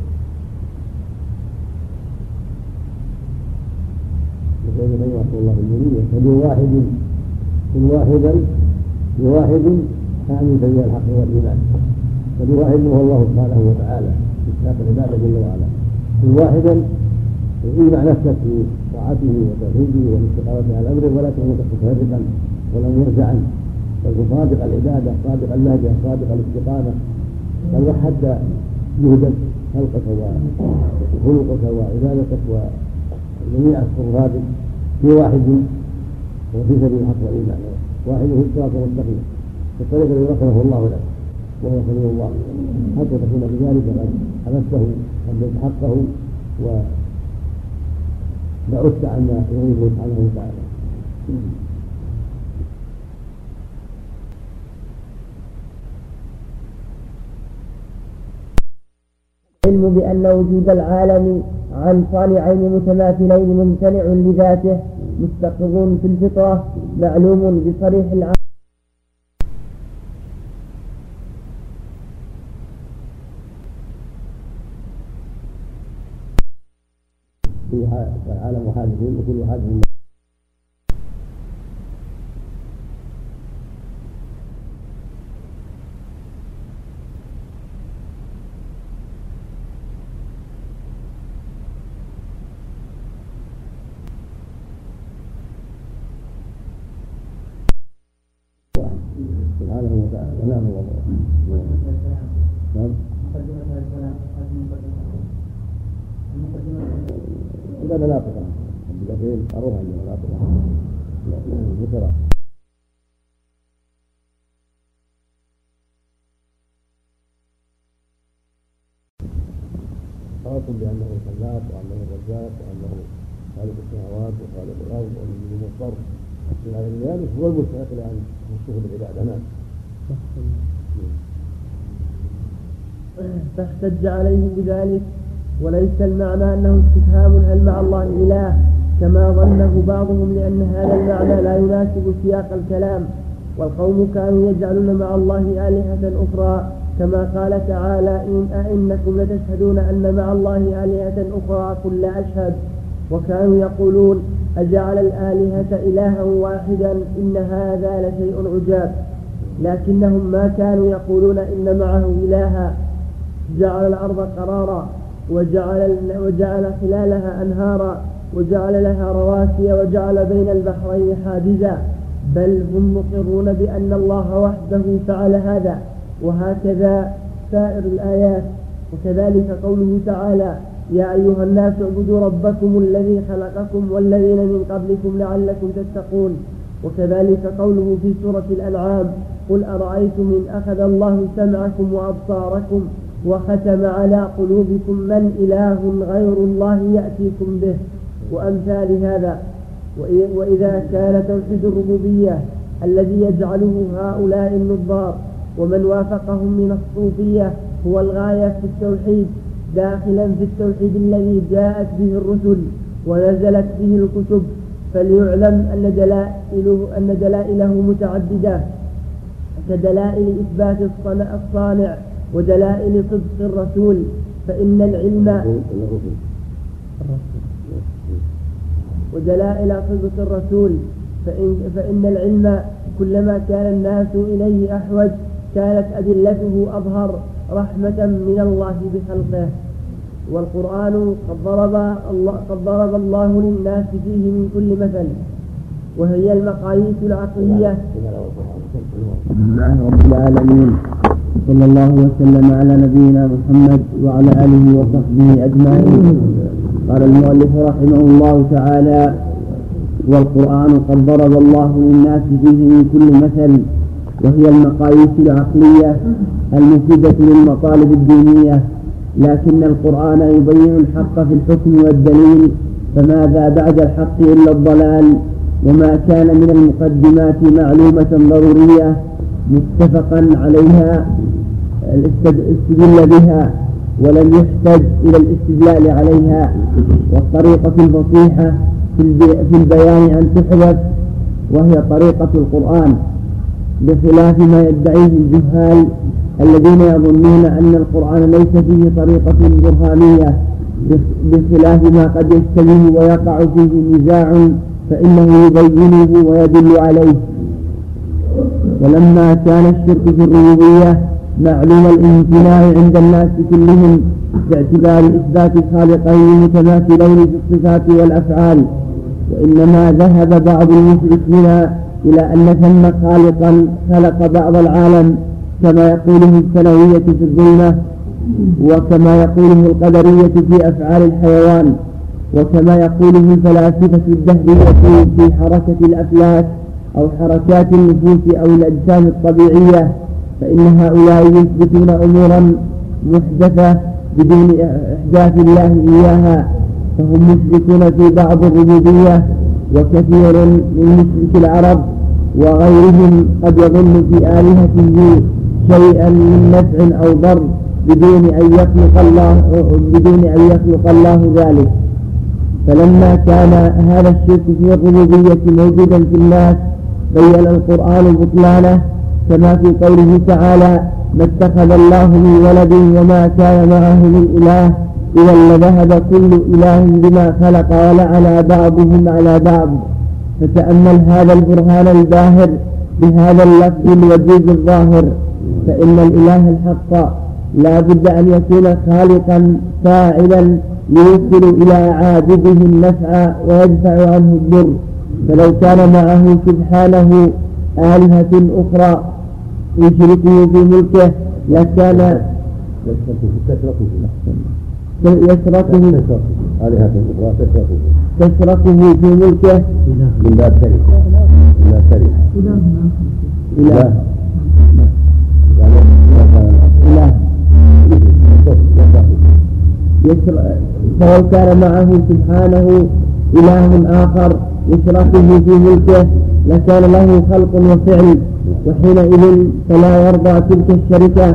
بين رحمه الله النورية بواحد يعني بين الحق والإيمان، فبواحد هو الله سبحانه وتعالى باستحقاق العبادة جل وعلا. كل واحدا يجمع نفسك في طاعته وتوحيده والاستقامة على أمره، ولا تكون متفرقا ولا مرجعا، بل صادق العبادة، صادق اللهجة، صادق الاستقامة، بل وحد جهدك خلقك وخلقك وعبادتك وجميع الصفات في واحد وفي سبيل الحق والإيمان، واحد هو الصراط المستقيم في الطريق الذي رسمه الله لك وهو سبيل الله، حتى تكون بذلك قد حمسته وقد حقه وبعدت عما يريده سبحانه وتعالى. العلم بأن وجود العالم عن صانعين متماثلين ممتنع لذاته مستقر في الفطرة معلوم بصريح العالم في عالم وحادثين وكل حادث سبحانه وتعالى. نعم الله. نعم. لا مناطقها البدعين أروها عند مناطقها ذكرى. خاصم بأنه الخلاق وأنه الرزاق وأنه خالق السماوات وخالق الأرض ومن الصرف من هذا ذلك هو المستحق لأن يشتغل بالعبادة. نعم. فاحتج عليهم بذلك، وليس المعنى أنه استفهام هل مع الله إله كما ظنه بعضهم، لأن هذا المعنى لا يناسب سياق الكلام، والقوم كانوا يجعلون مع الله آلهة أخرى كما قال تعالى أئنكم لتشهدون أن مع الله آلهة أخرى قل لا أشهد، وكانوا يقولون أجعل الآلهة إلها واحدا إن هذا لشيء عجاب، لكنهم ما كانوا يقولون إن معه إلها جعل الأرض قرارا وجعل خلالها أنهارا وجعل لها رواسي وجعل بين البحرين حاجزا، بل هم مقرون بأن الله وحده فعل هذا. وهكذا سائر الآيات. وكذلك قوله تعالى يا أيها الناس اعبدوا ربكم الذي خلقكم والذين من قبلكم لعلكم تتقون. وكذلك قوله في سورة الأنعام قل أرأيتم إن أخذ الله سمعكم وأبصاركم وختم على قلوبكم من إله غير الله يأتيكم به، وأمثال هذا. وإذا كان توحيد الربوبية الذي يجعله هؤلاء النظار ومن وافقهم من الصوفية هو الغاية في التوحيد داخلا في التوحيد الذي جاءت به الرسل ونزلت به الكتب، فليعلم أن دلائله متعددة كدلائل إثبات الصانع ودلائل صدق الرسول، فإن العلم كلما كان الناس إليه أحوج كانت أدلته أظهر رحمة من الله بخلقه. والقرآن قد ضرب الله للناس فيه من كل مثل، وهي المقاييس العقلية. بسم الله رب العالمين، صلى الله وسلم على نبينا محمد وعلى آله وصحبه أجمعين. قال المؤلف رحمه الله تعالى والقرآن قد ضرب الله للناس فيه من كل مثل، وهي المقاييس العقلية المفيدة للمطالب الدينية، لكن القرآن يبين الحق في الحكم والدليل، فماذا بعد الحق إلا الضلال، وما كان من المقدمات معلومة ضرورية متفقا عليها استدل بها ولم يحتج إلى الاستدلال عليها، والطريقة الفصيحة في البيان أن تحذف وهي طريقة القرآن، بخلاف ما يدعيه الجهال الذين يظنون أن القرآن ليس فيه طريقة برهانية، بخلاف ما قد يشتبه ويقع فيه نزاع فإنه يبينه ويدل عليه. ولما كان الشرك في الربوبية معلوم الامتناع عند الناس كلهم باعتبار إثبات الخالقين متماثلين في الصفات والأفعال. وإنما ذهب بعض المشركين إلى أن ثم خالقا خلق بعض العالم كما يقوله الثانوية في الظلمة، وكما يقوله القدرية في أفعال الحيوان، وكما يقوله الفلاسفة الدهرية في حركة الأفلاك أو حركات النفوس أو الأجسام الطبيعية. فإن هؤلاء يثبتون أمورا محدثة بدون إحداث الله إياها، فهم مشركون في بعض الربوبية. وكثير من مشرك العرب وغيرهم قد يظن في آلهته شيئا من نفع أو ضر بدون أن يخلق الله ذلك. فلما كان هذا الشرك في الربوبية موجودا في الناس بين القرآن بطلانه، كما في قوله تعالى: ما اتخذ الله من ولد وما كان معه من إله إذا لذهب كل إله بما خلق ولعن بعضهم على بعض. فتأمل هذا البرهان الباهر بهذا اللفظ الوجيز الظاهر، فإن الإله الحق لا بد أن يكون خالقا فاعلا يوصل إلى عابده النفع ويدفع عنه الضر. فلو كان معه سبحانه آلهة أخرى يشركه في ملكه لكان تشركه في ملكه من باب شركة إله فلو كان معه سبحانه إله آخر يشركه في ملكه لكان له خلق وفعل، وحينئذ فلا يرضى تلك الشركة،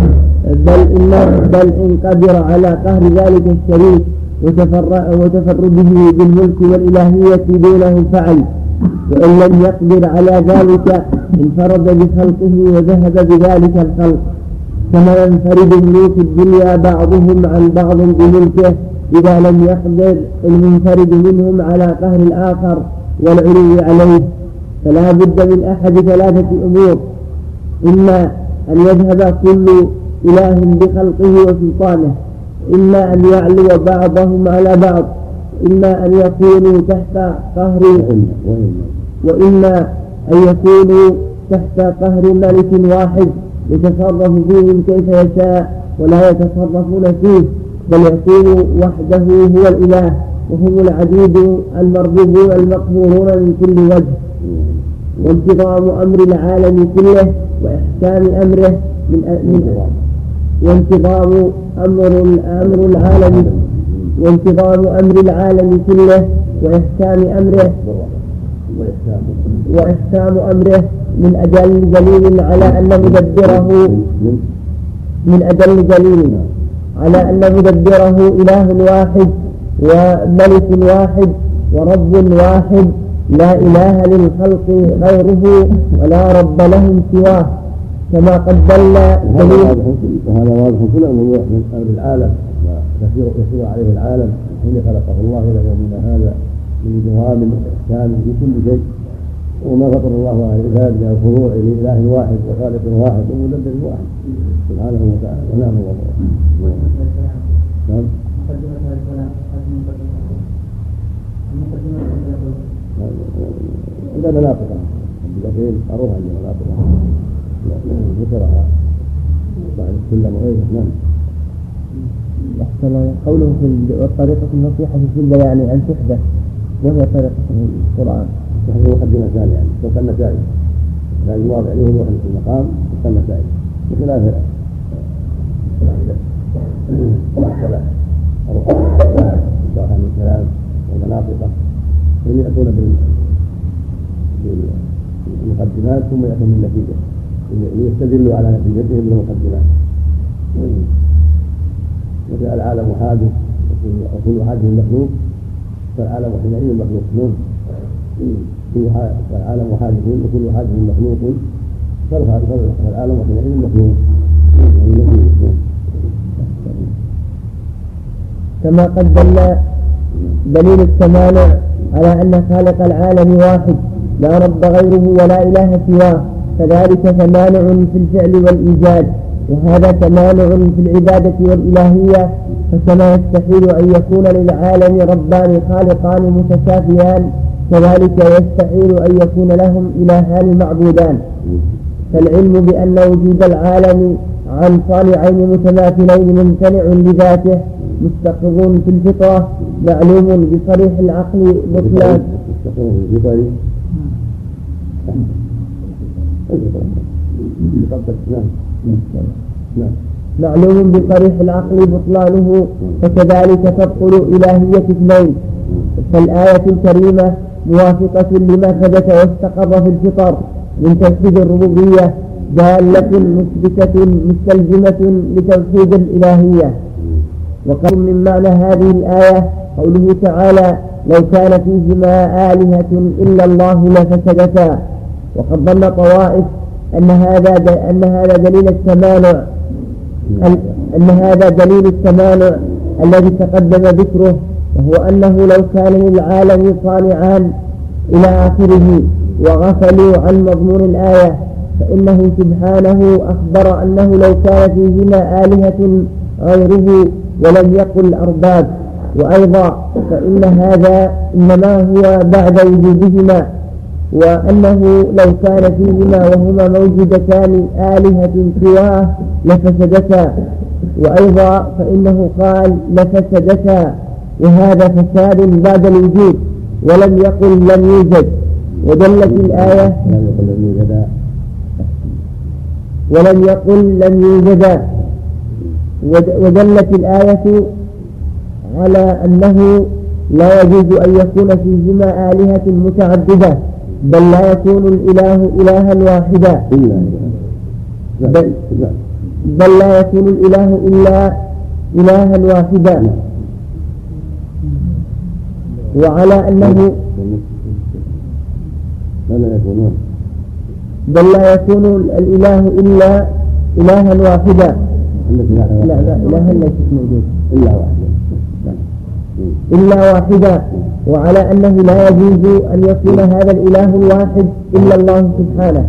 بل إن قدر على قهر ذلك الشريك وتفرده بالملك والإلهية دونه فعل، وإن لم يقدر على ذلك انفرد بخلقه وذهب بذلك الخلق، كما ينفرد ملوك الدنيا بعضهم عن بعض بملكه إذا لم يقدر المنفرد منهم على قهر الآخر والعلو عليه. فلا بد من أحد ثلاثة أمور: إما أن يذهب كل إله بخلقه وسلطانه، إما أن يعلو بعضهم على بعض، إما أن يكونوا تحت قهر، وإما أن يكونوا تحت قهر ملك واحد يتصرف فيهم كيف يشاء ولا يتصرفون فيه، بل يكون وحده هو الإله، وهم العبيد المربوبون المقهورون من كل وجه. وانتظام أمر العالم كله وإحكام أمره وانتظام أمر العالم كله وإحكام أمره من أجل دليل على أن مدبره إله واحد وملك واحد ورب واحد، لا إله للخلق غيره ولا رب لهم سواه، كما قد دل دليل. وهذا واضح كل من أمر العالم يسير عليه العالم حين خلقه الله إلى يومنا هذا من دوام وإحكام في كل شيء، وما فطر الله على العباد من الخضوع لإله واحد وخالق واحد ومدبر واحد سبحانه وتعالى. ونعم الله. نعم. عندنا مناطق الدين أروها عندنا مناطق ذكرها بعد كل مؤيد. نعم. قوله في والطريقة النصيحة في الجلة يعني أن تحدث، وهي طريقة القرآن. وهي مقدمة ثانية يعني سوف النتائج لا المواضع له يروح في المقام سوف النتائج بخلاف الصلاة من الكلام والمناطق اللي يأتون بالمقدمات ثم يأتون بالنتيجة ليستدلوا على نتيجتهم بالمقدمات. وجاء العالم حادث وكل حادث مخلوق، فالعالم حينئذ مخلوق. فالعالم حادث وكل حادث مخلوق، فالعالم حينئذ مخلوق. كما قد دل دليل التمانع على أن خالق العالم واحد لا رب غيره ولا إله سواه، كذلك تمانع في الفعل والإيجاد، وهذا تمانع في العبادة والإلهية، فكما يستحيل أن يكون للعالم ربان خالقان متكافيان كذلك يستحيل أن يكون لهم إلهان معبودان. فالعلم بأن وجود العالم عن صانعين متماثلين ممتنع لذاته مستقر في الفطرة معلوم بصريح العقل بطلان معلوم بصريح العقل بطلانه، فكذلك تبطل إلهية اثنين. فالآية الكريمة موافقة لما ثبت واستقر في الفطر من توحيد الربوبية دالة مثبتة مستلزمة لتوحيد الإلهية. وقال من معنى هذه الآية قوله تعالى لو كان فيهما آلهة إلا الله لفسدتا. وقد ظن طوائف أن هذا دليل التمانع الذي تقدم ذكره، وهو أنه لو كان للعالم صانعان إلى آخره وغفلوا عن مضمون الآية، فإنه سبحانه أخبر أنه لو كان فيهما آلهة غيره ولم يقل أرباب. وأيضا فإن هذا إنما هو بعد وجودهما، وأنه لو كان فيهما وهما موجودتان آلهة سواه لفسدتا. وأيضا فإنه قال لفسدتا، وهذا فساد بعد الوجود ولم يقل لم يوجد. ودلت الآية ولم يقل لم يوجدا. ودلت الآية على أنه لا يجوز أن يكون فيهما آلهة متعددة، بل لا يكون الإله إلها واحدا، بل لا يكون الإله إلا إلها واحدا. وعلى أنه بل لا يكون الإله إلا إلها واحدا. لا إله ليس موجود إلا واحدا. وعلى أنه لا يجوز أن يكون هذا الإله الواحد إلا الله سبحانه.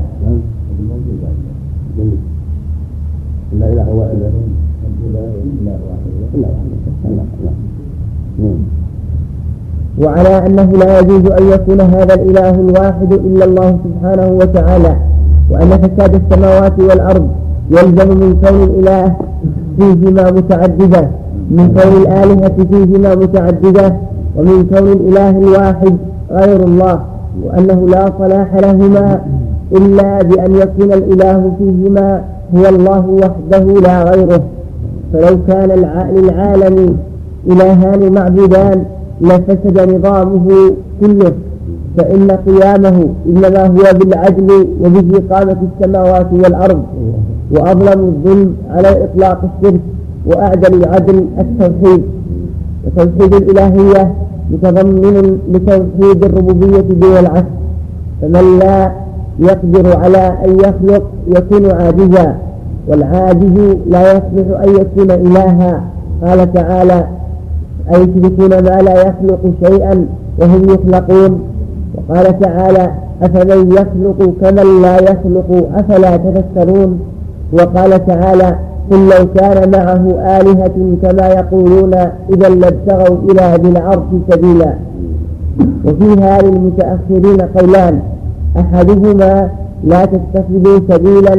وعلى أنه لا يجوز أن يكون هذا الإله الواحد إلا الله سبحانه وتعالى. وأن فساد السماوات والأرض يلزم من كون الإله فيهما متعددة، من كون الآلهة فيهما متعددة، ومن كون الإله الواحد غير الله، وأنه لا صلاح لهما إلا بأن يكون الإله فيهما هو الله وحده لا غيره. فلو كان للعالم إلهان معبودان لفسد نظامه كله، فإن قيامه إنما هو بالعدل وبه قامت السماوات والأرض. وأظلم الظلم على إطلاق الشرك، وأعدل العدل التوحيد. وتوحيد الإلهية متضمن لتوحيد الربوبية دون العكس، فمن لا يقدر على أن يخلق يكون عاجزا، والعاجز لا يصلح أن يكون إلها. قال تعالى أيشركون ما لا يخلق شيئا وهم يخلقون. وقال تعالى أفمن يخلق كمن لا يخلق أفلا تذكرون. وقال تعالى قل لو كان معه آلهة كما يقولون إذا لابتغوا إلى ذي العرش سبيلا. وفيها للمتأخرين قولان، أحدهما لا تتخذوا سبيلا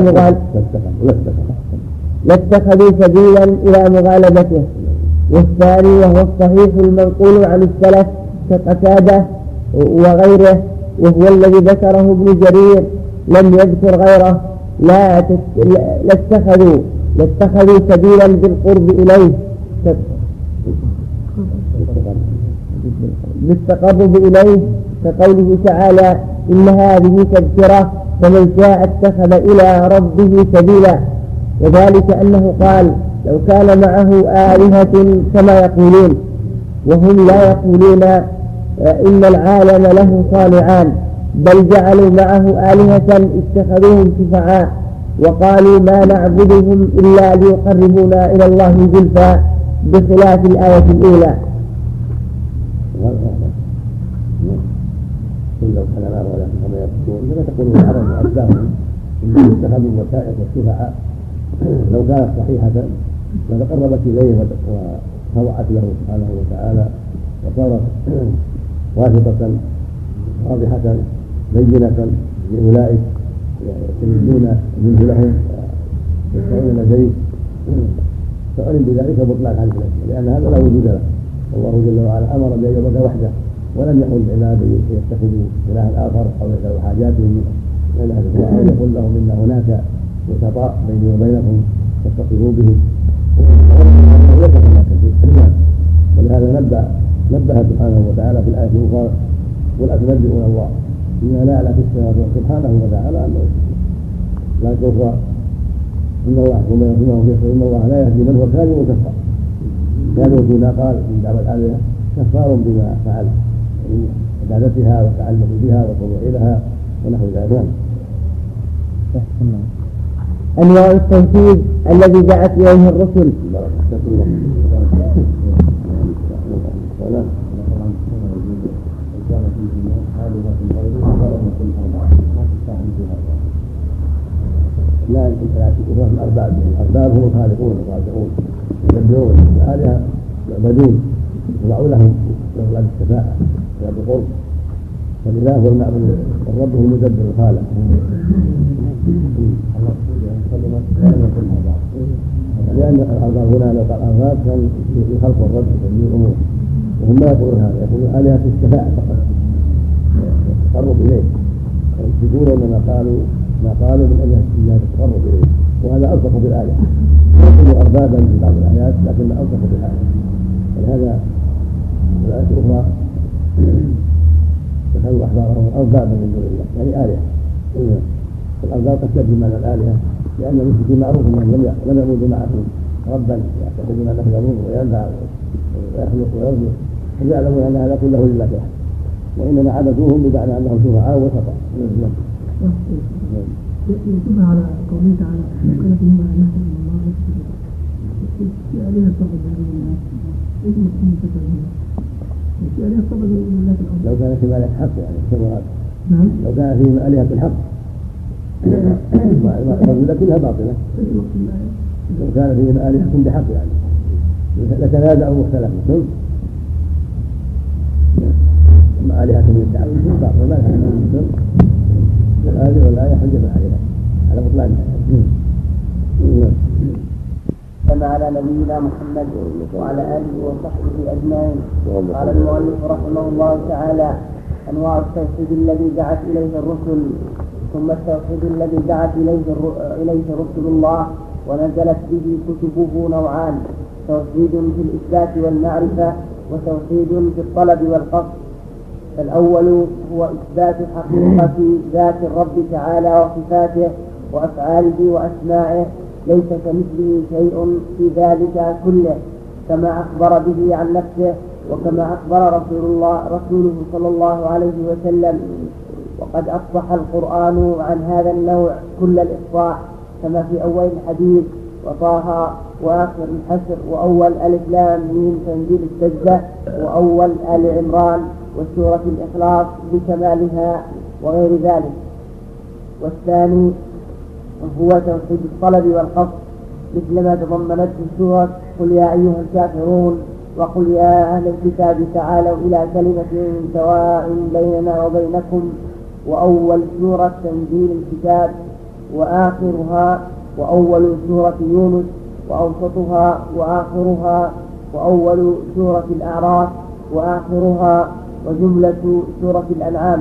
إلى مغالبته، والثاني وهو الصحيح المنقول عن السلف كقتادة وغيره، وهو الذي ذكره ابن جرير لم يذكر غيره، لاتخذوا سبيلا بالقرب إليه بالتقرب إليه، كقوله تعالى إن هذه تذكرة فمن شاء اتخذ إلى ربه سبيلا. وذلك أنه قال لو كان معه آلهة كما يقولون، وهم لا يقولون إن العالم له صانعان، بل جعلوا معه آلهة اتخذوهم شفعاء، وقالوا ما نعبدهم إلا ليقربونا إلى الله زلفى، بخلاف الآية الأولى. لو كان معه ولا كما يقولون، كما تقولون العرب وأتباعهم إنهم اتخذوا وسائط والشفعاء لو كانت صحيحة لتقربت إليه وخضعت له سبحانه وتعالى وصارت واثقة واضحة بينة لأولئك يستمدون منه لهم ويشفعون لديه، فعلم بذلك بطلان عن الأشياء، لأن هذا لا وجود له. الله جل وعلا أمر بأن يعبد وحده ولم يقل العباد يتخذوا إلها آخر أو يسألوا حاجاتهم من أهل الله، أو يقول لهم إن هناك وسطاء بيني وبينكم فاتصلوا به، وليس هناك شيء. ولهذا نبه سبحانه وتعالى في الآية الأخرى: قل أتنبئون الله بما لا يعلم في السماوات سبحانه وتعالى أنه لا كفر إن الله يحكم بينهم فيما إن الله لا يهدي من هو كاذب كفار. كانوا فيما قال من دعوة الآلهة كفار بما فعل من عبادتها والتعلق بها والخضوع لها ونحو ذلك. أنواع التوحيد الذي دعت إليه الرسل. لا يكون الأرباب، الأرباب هم الخالقون الرازقون يدبرون الآلهة يعبدون يضعوا لهم أسباب الشفاعة وأسباب القرب، فالإله هو المعبود والرب هو المدبر الخالق. لأن الأرباب هنا لو قال الأرباب كان يخلق الرب وتدبير الأمور، وهم ما يقولون هذا، يقولون آلهة الشفاعة فقط التقرب إليه، يقولون ما قالوا من أجل التقرب إليه، وهذا ألصق بالآية. يقول أربابا في بعض الآيات لكن ألصق بالآية. ولهذا الآية الأخرى اتخذوا أحبارهم أربابا من دون الله، يعني آلهة. الأرباب قد تبدو معنى الآلهة، لأن المشركين معروف أنهم لم يعبدوا معهم ربا يعتقدون أنه يضر وينفع ويخلق ويرزق، فيعلمون أن هذا كله لله وحده، وإنما عبدوهم بمعنى أنهم شفعاء وسطاء. ينتبه على قوله تعالى: وكان فيهم آلهة إلا الله في آلهة تعبد من دون الله، إيش مفهوم التكلم؟ في آلهة تعبد من دون الله في الأرض. لو كان فيهم آلهة حق يعني السماوات. نعم. لو كان فيهم آلهة الحق المعبودة كلها باطلة. لو كان فيهم آلهة بحق يعني لتنازعوا واختلفوا. أما آلهة يدعون باطلة ما لها الآية والآية حجة عليها على بطلانها. كما على نبينا محمد وعلى آله وصحبه أجمعين. قال المؤلف رحمه الله تعالى: أنواع التوحيد الذي دعت إليه الرسل. ثم التوحيد الذي دعت إليه رسل الله ونزلت به كتبه نوعان: توحيد في الإثبات والمعرفة، وتوحيد في الطلب والقصد. فالأول هو إثبات حقيقة ذات الرب تعالى وصفاته وأفعاله وأسمائه، ليس كمثله شيء في ذلك كله، كما أخبر به عن نفسه وكما أخبر رسوله صلى الله عليه وسلم. وقد أصبح القرآن عن هذا النوع كل الإصلاح، كما في أول الحديث وطه وآخر الحشر وأول ألف لام ميم تنزيل السجدة وأول آل عمران وسورة الإخلاص بكمالها وغير ذلك. والثاني هو توحيد الطلب والقصد، مثل ما تضمنته سورة قل يا أيها الكافرون وقل يا أهل الكتاب تعالوا إلى كلمة سواء بيننا وبينكم، وأول سورة تنزيل الكتاب وآخرها، وأول سورة يونس وأوسطها وآخرها، وأول سورة الأعراف وآخرها، وجملة سورة الأنعام.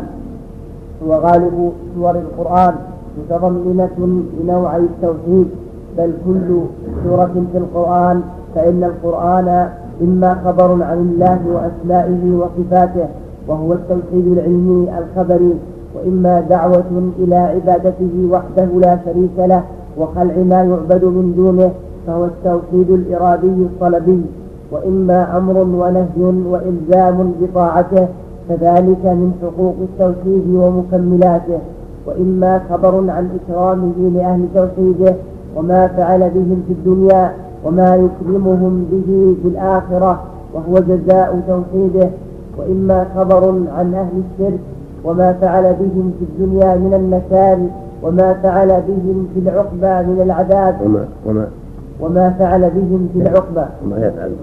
وغالب سور القرآن متضمنة لنوعي التوحيد، بل كل سورة في القرآن، فإن القرآن إما خبر عن الله وأسمائه وصفاته وهو التوحيد العلمي الخبري، وإما دعوة إلى عبادته وحده لا شريك له وخلع ما يعبد من دونه فهو التوحيد الإرادي الطلبي، وإما أمر ونهي وإلزام بطاعته فذلك من حقوق التوحيد ومكملاته، وإما خبر عن إكرامه لأهل توحيده وما فعل بهم في الدنيا وما يكرمهم به في الآخرة وهو جزاء توحيده، وإما خبر عن أهل الشرك وما فعل بهم في الدنيا من النكال وما فعل بهم في العقبى من العذاب وما فعل بهم في العقبى وما يفعل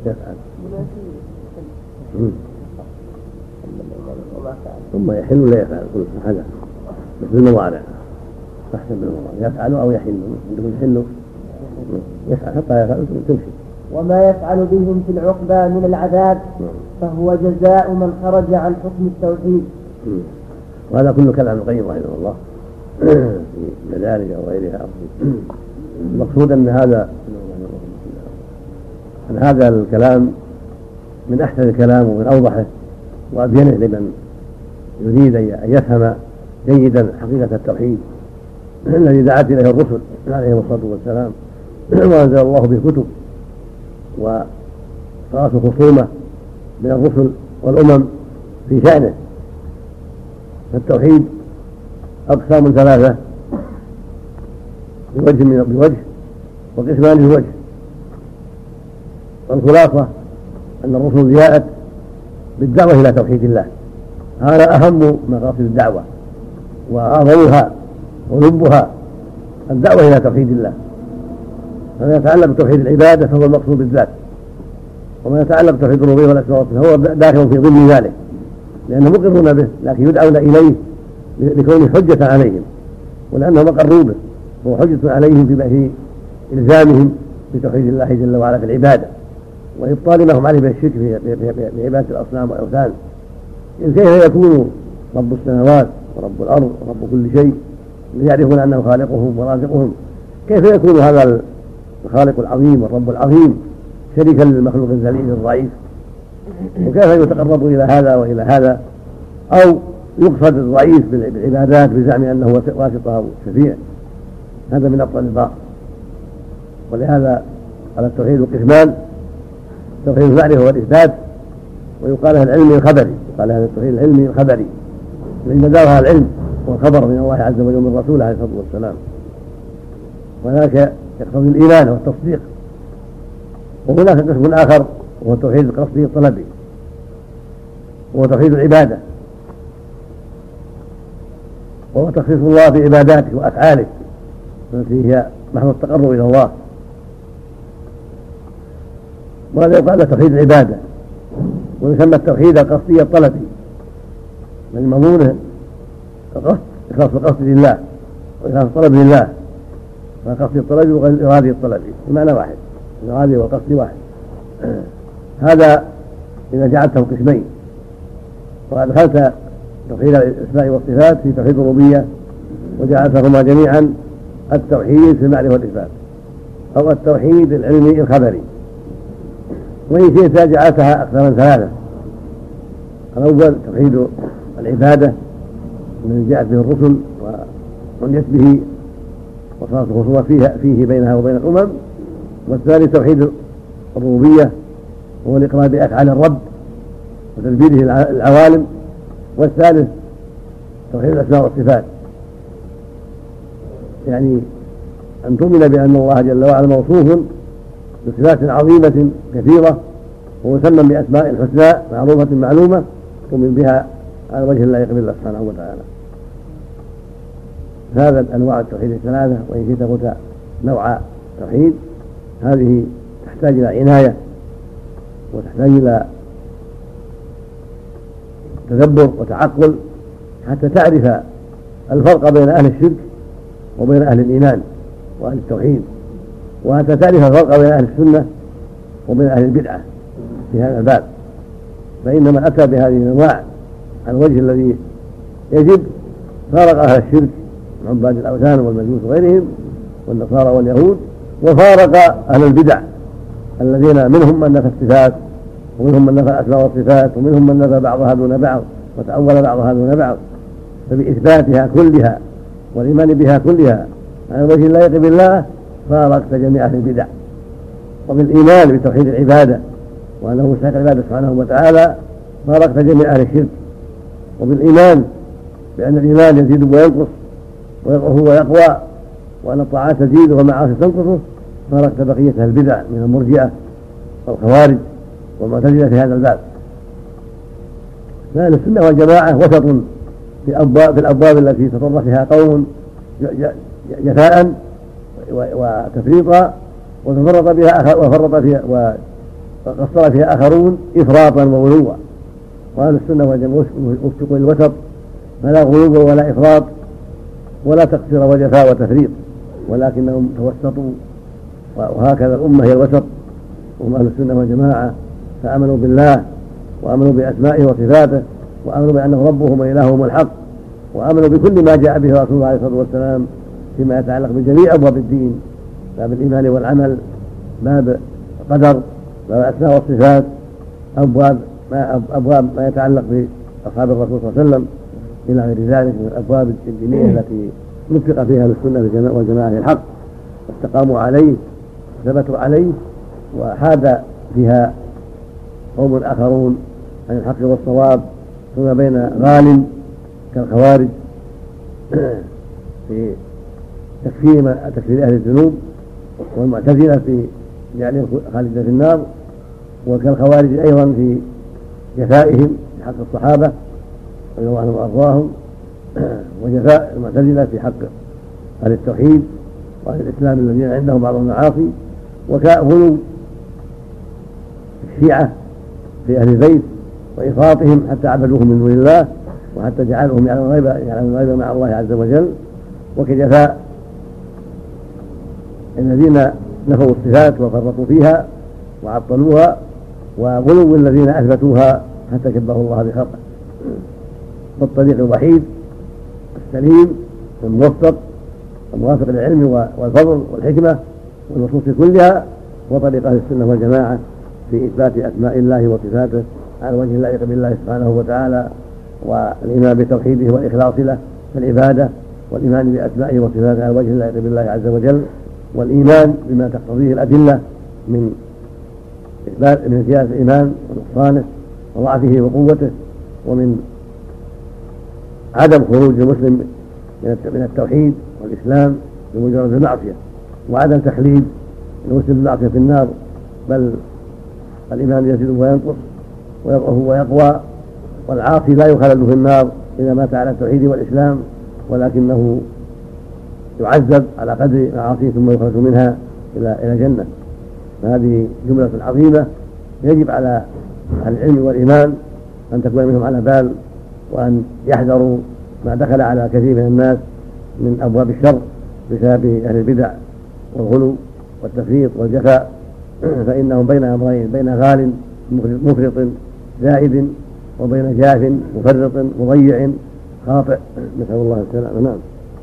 ثم يحل لا يفعل كل هذا مثل المضارع أحسن من المضارع يفعل أو يحل عندكم يحل يفعل حتى يفعل تمشي وما يفعل بهم في العقبى من العذاب فهو جزاء من خرج عن حكم التوحيد. وهذا كله كلام القيم رحمه الله في مدارج أو غيرها. المقصود أن هذا الكلام من أحسن الكلام ومن أوضحه وأبينه لمن يريد أن يفهم جيدا حقيقة التوحيد الذي دعت إليه الرسل عليهم الصلاة والسلام وأنزل الله به كتب وصارت خصومة بين الرسل والأمم في شأنه. فالتوحيد أقسام ثلاثة بوجه وقسمان بوجه. والخلاصة أن الرسل جاءت بالدعوة إلى توحيد الله، هذا أهم مقاصد الدعوة وأعظمها ولبها الدعوة إلى توحيد الله. فما يتعلق بتوحيد العبادة فهو المقصود بالذات، وما يتعلق بتوحيد الربوبية والأسماء والصفات هو داخل في ضمن ذلك، لأنهم مقرون به لكن يدعون إليه لكونه حجة عليهم ولأنهم أقروا به وهو حجة عليهم في إلزامهم بتوحيد الله جل وعلا في العبادة وإبطال ما هم عليه بالشرك في عبادة الأصنام والأوثان. كيف يكون رب السماوات ورب الأرض ورب كل شيء يعرفون أنه خالقهم ورازقهم، كيف يكون هذا الخالق العظيم والرب العظيم شريكا للمخلوق الذليل الضعيف؟ وكيف يتقرب إلى هذا وإلى هذا أو يقصد الضعيف بالعبادات بزعم أنه واسطة أو شفيع؟ هذا من أبطال الباطل. ولهذا على التوحيد قسمان: توحيد المعرفة والإثبات، ويقال هذا العلم الخبري، يقال هذا التوحيد العلمي الخبري الذي مدارها العلم والخبر من الله عز وجل ومن رسوله عليه الصلاة والسلام، وذاك يقتضي الإيمان والتصديق. وهناك قسم آخر وهو التوحيد القصدي الطلبي، وهو توحيد العبادة، وهو تخصيص الله في عباداته وأفعاله التي هي محض التقرب إلى الله، وهذا يقال توحيد العبادة. ويسمى التوحيد القصدي الطلبي من مضمونه إخلاص القصد لله وإخلاص الطلب لله، فالقصد الطلبي والإرادي الطلبي بمعنى واحد، الإرادي والقصد واحد. هذا إذا جعلته قسمين، وأدخلت توحيد الأسماء والصفات في توحيد الربوبية وجعلتهما جميعا التوحيد في المعرفة والإثبات أو التوحيد العلمي الخبري. وإن شئت جعلتها أقساما ثلاثة: الأول توحيد العبادة الذي جاءت به الرسل وعنيت به وصارت الخصومة فيه بينها وبين الأمم، والثاني توحيد الربوبية وهو الإقرار بأفعال الرب وتدبيره العوالم، والثالث توحيد الأسماء والصفات، يعني أن تؤمن بأن الله جل وعلا موصوف بصفات عظيمة كثيرة ومسمى بأسماء الحسنى معروفة معلومة تؤمن بها على وجه لا يقبل الله سبحانه وتعالى. هذا أنواع التوحيد الثلاثة. وإن شئت قلت نوع توحيد، هذه تحتاج إلى عناية وتحتاج إلى تدبر وتعقل حتى تعرف الفرق بين أهل الشرك وبين أهل الإيمان وأهل التوحيد، وحتى تعرف الفرق بين أهل السنة وبين أهل البدعة في هذا الباب. فإن من أتى بهذه الأنواع على الوجه الذي يجب فارق أهل الشرك من عباد الأوثان والمجوس وغيرهم والنصارى واليهود، وفارق أهل البدع الذين منهم من نفى الصفات ومنهم من نفى الأسماء والصفات ومنهم من نفى بعضها دون بعض وتأول بعضها دون بعض. فبإثباتها كلها والإيمان بها كلها على وجه لا يقبل الله فارقت جميع أهل البدع. وبالإيمان بتوحيد العبادة وأنه مستحق العبادة سبحانه وتعالى فارقت جميع أهل الشرك. وبالإيمان بأن الإيمان يزيد وينقص ويضعف ويقوى وأن الطاعات تزيد والمعاصي تنقصه فارقت بقية أهل البدع من المرجئة والخوارج والمعتزلة في هذا الباب. فأهل السنة والجماعة وسط في الأبواب التي تطرق فيها قوم جفاء وتفريطا، وقصر فيها آخرون إفراطا وغلوا. وأهل السنة والجماعة وفقوا للوسط، فلا غلو ولا إفراط ولا تقصير وجفاء وتفريط، ولكنهم توسطوا. وهكذا الأمة هي الوسط، وهم أهل السنة والجماعة، فآمنوا بالله وآمنوا بأسمائه وصفاته، وآمنوا بأنه ربهم وإلههم الحق، وآمنوا بكل ما جاء به رسول الله عليه الصلاة والسلام فيما يتعلق بجميع أبواب الدين، باب الإيمان والعمل، باب القدر، باب الأسماء والصفات، أبواب ما يتعلق بأصحاب الرسول صلى الله عليه وسلم إلى غير ذلك من الأبواب الدينية التي نفق فيها السنة والجماعة الحق، واستقاموا عليه ثبتوا عليه، وحاد فيها قوم آخرون عن الحق والصواب، ثم بين غال كالخوارج في تكفير أهل الذنوب، والمعتزلة في جعلهم خالدين في النار، وكالخوارج أيضا في جفائهم في حق الصحابة رضي الله عنهم وأرضاهم، وجفاء المعتزلة في حق أهل التوحيد وأهل الإسلام الذين عندهم بعض المعاصي، وكغلو الشيعة في أهل البيت وإفراطهم حتى عبدوهم من دون الله، وحتى جعلهم يعلمون الغيب مع الله عز وجل، وكجفاء الذين نفوا الصفات وفرطوا فيها وعطلوها، وغلو الذين أثبتوها حتى شبهوا الله بخلقه. والطريق الوحيد السليم الموفق الموافق للعلم والفضل والحكمة والنصوص كلها هو طريق أهل السنة والجماعة في إثبات أسماء الله وصفاته على وجه اللائق بالله سبحانه وتعالى، والإيمان بتوحيده والإخلاص له في العبادة، والإيمان بأسمائه وصفاته على وجه اللائق بالله عز وجل، والإيمان بما تقتضيه الأدلة من زيادة الإيمان ونقصانه وضعفه وقوته، ومن عدم خروج المسلم من التوحيد والإسلام بمجرد المعصية، وعدم تخليد المسلم بالمعصية في النار، بل الإيمان يزيد وينقص ويضعف ويقوى، والعاصي لا يخلد في النار إذا مات على التوحيد والإسلام، ولكنه يعذب على قدر معاصيه ثم يخرج منها إلى الجنة. فهذه جملة عظيمة يجب على العلم والإيمان أن تكون منهم على بال، وأن يحذروا ما دخل على كثير من الناس من أبواب الشر بسبب أهل البدع والغلو والتفريط والجفاء، فإنهم بين أمرين، بين غال مفرط زائد وبين جاف مفرط مضيع خاطئ، نسأل الله السلامة. نعم.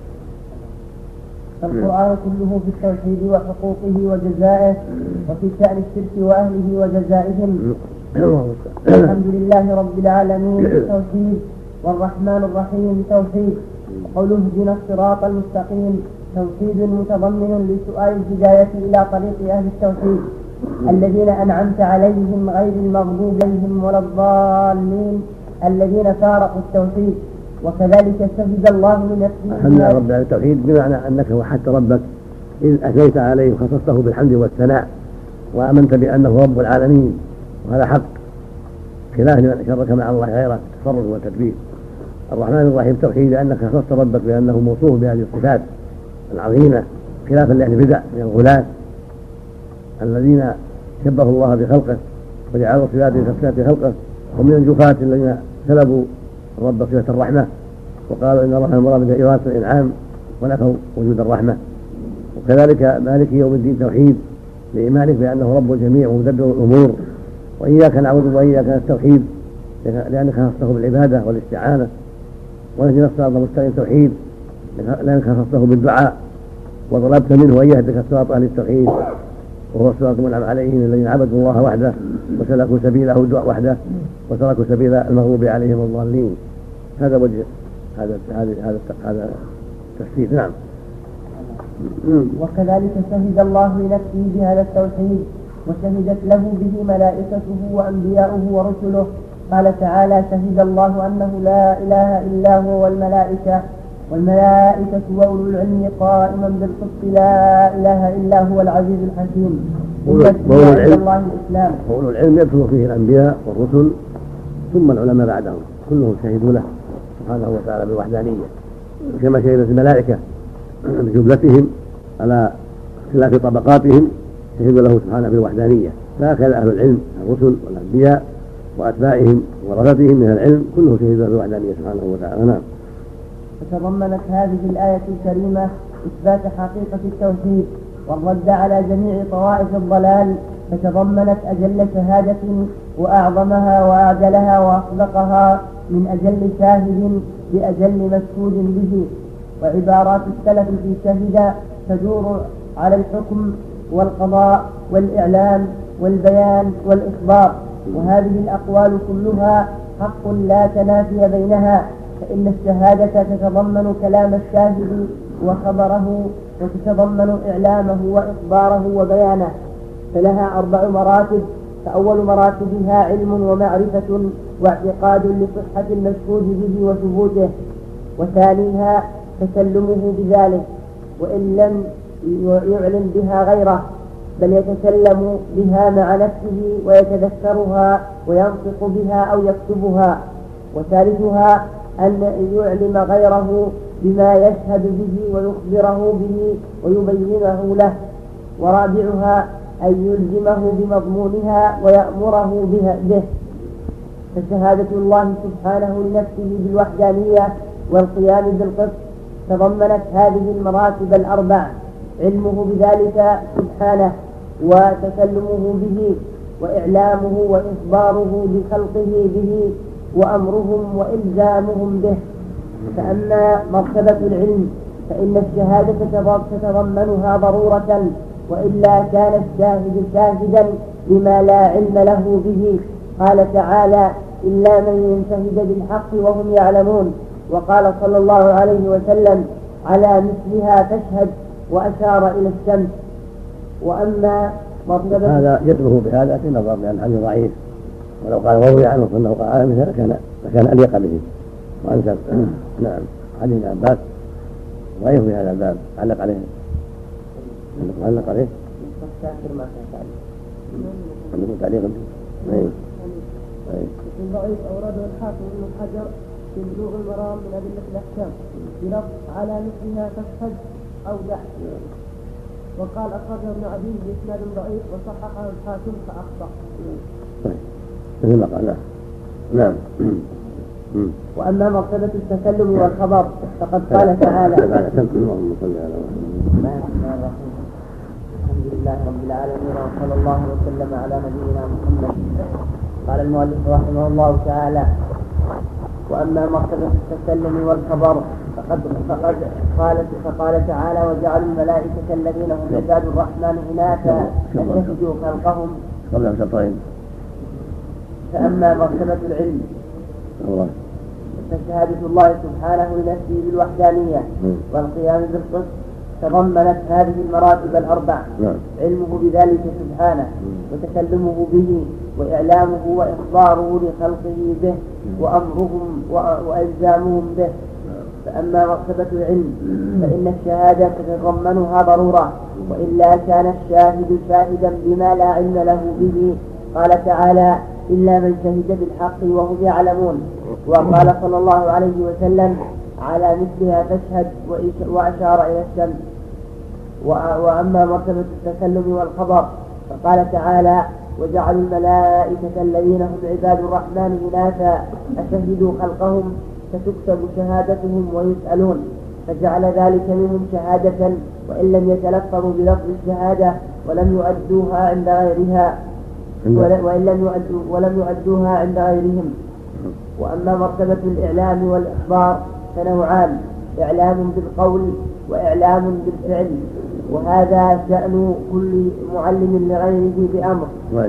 القرآن كله في التوحيد وحقوقه وجزائه، وفي شأن الشرك وأهله وجزائهم. الحمد لله رب العالمين توحيد، والرحمن الرحيم توحيد. وقوله اهدنا الصراط المستقيم توحيد متضمن لسؤال الهداية إلى طريق أهل التوحيد الذين أنعمت عليهم غير المغضوب عليهم ولا الضالين الذين فارقوا التوحيد. وكذلك شهد الله لنفسه. الحمد لله رب العالمين التوحيد بمعنى أنك وحدت ربك إذ أتيت عليه وخصصته بالحمد والثناء، وآمنت بأنه رب العالمين، وهذا حق، خلاف لمن شرك مع الله غيره التصرف والتدبير. الرحمن الرحيم توحيد لأنك خصصت ربك بأنه موصوف بهذه الصفات العظيمة، خلافا لأهل البدع من الغلاة الذين شبهوا الله بخلقه وجعلوا صفاته كصفات خلقه، ومن الجفاة الذين سلبوا الرب صفة الرحمة وقالوا إن الرحمة مراد بها إرادة الإنعام ونفوا وجود الرحمة. وكذلك مالك يوم الدين توحيد لإيمانك بأنه رب الجميع ومدبر الأمور، وإياك نعبد وإياك نستوحيد لأنك خصصته بالعبادة والاستعانة. ونهدنا الصراط المستقيم توحيد لأنك خصصته بالدعاء وطلبت منه أن يهدك الصراط أهل التوحيد، وهو الصراط المنعم عليهم الذين عبدوا الله وحده وسلكوا سبيله وحده وتركوا سبيل المغضوب عليهم الضالين. هذا وجه هذا التفسير. نعم. وكذلك شهد الله لنفسه بهذا التوحيد، وشهدت له به ملائكته وأنبياؤه ورسله. قال تعالى: شهد الله أنه لا إله إلا هو والملائكة وأولو العلم قائما بالقسط لا إله إلا هو العزيز الحكيم. وأولو العلم يدخل فيه الأنبياء والرسل ثم العلماء بعدهم، كلهم شهدوا له سبحانه وتعالى بالوحدانية، كما شهدت الملائكة بجملتهم على اختلاف طبقاتهم شهدوا له سبحانه بالوحدانية. فهكذا أهل العلم الرسل والأنبياء وأتباعهم ورثتهم من العلم كله شهدوا له بالوحدانية سبحانه وتعالى. نعم. فتضمنت هذه الآية الكريمة إثبات حقيقة التوحيد والرد على جميع طوائف الضلال، فتضمنت أجل شهادة وأعظمها وأعجلها وأصدقها من أجل شاهد بأجل مشهود به. وعبارات السلف في شهد تدور على الحكم والقضاء والإعلام والبيان والإخبار، وهذه الأقوال كلها حق لا تنافي بينها، فإن الشهادة تتضمن كلام الشاهد وخبره، وتتضمن إعلامه وإخباره وبيانه، فلها 4 مراتب. فأول مراتبها علم ومعرفة واعتقاد لصحة المشهود به وثبوته، وثانيها تسلمه بذلك وإن لم يعلم بها غيره، بل يتكلم بها مع نفسه ويتذكرها وينطق بها أو يكتبها. وثالثها أن يعلم غيره بما يشهد به ويخبره به ويبينه له. ورابعها أن يلزمه بمضمونها ويأمره به. فشهادة الله سبحانه لنفسه بالوحدانية والقيام بالقسط تضمنت هذه المراتب 4: علمه بذلك سبحانه، وتكلمه به، وإعلامه وإخباره بخلقه به، وأمرهم وإلزامهم به. فأما مرتبة العلم فإن الشهادة تتضمنها ضرورة، وإلا كان الشاهد شاهدا بما لا علم له به. قال تعالى: إلا من شهد بالحق وهم يعلمون. وقال صلى الله عليه وسلم: على مثلها تشهد، وأشار إلى الشمس. وأما مرتبة هذا يدعو بهذا في نظر لأن الحديث ضعيف، ولو قال وهو يعلم فإنه قال على مثل لكان أليق به وأنسب. نعم. حديث عباس ضعيف في هذا الباب. علق عليه عندكم تعليق ضعيف أورده الحافظ ابن حجر في بلوغ المرام من أدلة الأحكام بلفظ على مثلها تشهد أو دع. وقال أخرجه ابن عدي بإسناد ضعيف وصححه الحاكم فأخطأ. مثل ما قال. نعم. وأما مرتبة التكلم والخبر فقد قال تعالى: الحمد لله رب العالمين، وصلى الله وسلم على نبينا محمد. قال المؤلف رحمه الله تعالى: وأما مرتبة التكلم والخبر فقال تعالى: وجعلوا الملائكة الذين هم عباد الرحمن إناثا أشهدوا خلقهم. فأما مرتبة العلم فشهادة الله سبحانه لنفسه بالوحدانية والقيام بالقسط تضمنت هذه المراتب 4: علمه بذلك سبحانه، وتكلمه به، وإعلامه وإخباره لخلقه به، وأمرهم وإلزامهم به. فأما مرتبة العلم فإن الشهادة تتضمنها ضرورة، وإلا كان الشاهد شاهدا بما لا علم له به. قال تعالى: إلا من شهد بالحق وهم يعلمون. وقال صلى الله عليه وسلم: على مثلها تشهد، وأشار إلى الشمس. وأما مرتبة التكلم والخبر فقال تعالى: وجعلوا الملائكة الذين هم عباد الرحمن إناثا أشهدوا خلقهم، فتكتب شهادتهم ويسألون. فجعل ذلك منهم شهادة وإن لم يتلفظوا بلفظ الشهادة ولم يؤدوها عند غيرها ولم يؤدوها عند غيرهم. وأما مرتبة الإعلام والإخبار فنوعان: إعلام بالقول وإعلام بالفعل. وهذا شأن كل معلم لغيره بأمر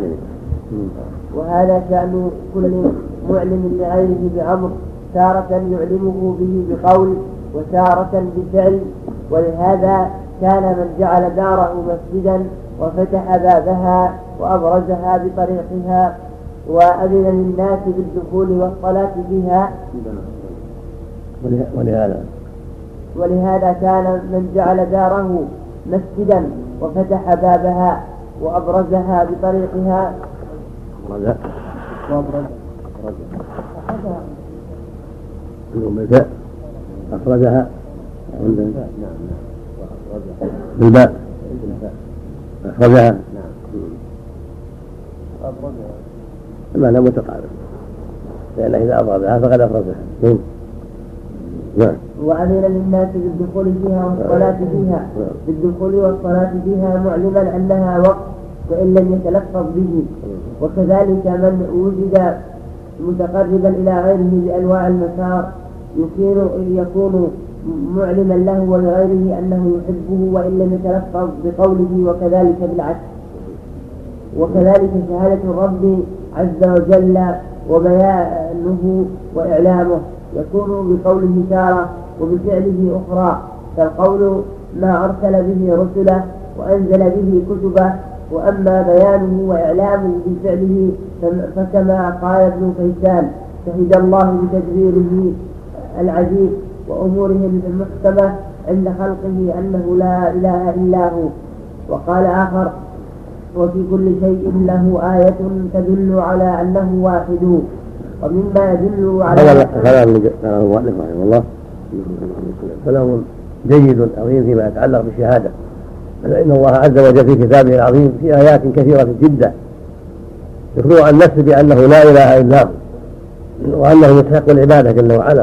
تارة يعلمه به بقول وتارة بفعل. ولهذا كان من جعل داره مسجدا وفتح بابها وأبرزها بطريقها وأذن للناس بالدخول والصلاة فيها. ولهذا كان من جعل داره مسجدا وفتح بابها وأبرزها بطريقها أخرجها بالباء أخرجها. المعنى متقارب، لأن إذا أفردها فقد أفردها. وأذن للناس بالدخول فيها والصلاة فيها، بالدخول والصلاة فيها معلما أنها وقت وإن لم يتلفظ به. وكذلك من وجد متقربا إلى غيره بأنواع المسار يكون معلما له ولغيره أنه يحبه وإن لم يتلفظ بقوله، وكذلك بالعكس. وكذلك شهادة الرب عز وجل وبيانه وإعلامه يكون بقوله تارة وبفعله أخرى، كالقول ما أرسل به رسله وأنزل به كتبه. وأما بيانه وإعلامه بفعله فكما قال ابن كيسان: شهد الله بتدبيره العجيب وأموره المحكمة عند خلقه أنه لا إله إلا هو. وقال آخر: وفي كل شيء له آية تدل على أنه واحد. ومما يدل على هذا كلام المؤلف رحمه الله كلام جيد عظيم فيما يتعلق بالشهادة، فإن الله عز وجل في كتابه العظيم في آيات كثيرة جدا يخبر عن نفسه بأنه لا إله إلا هو، وأنه يستحق العبادة جل وعلا،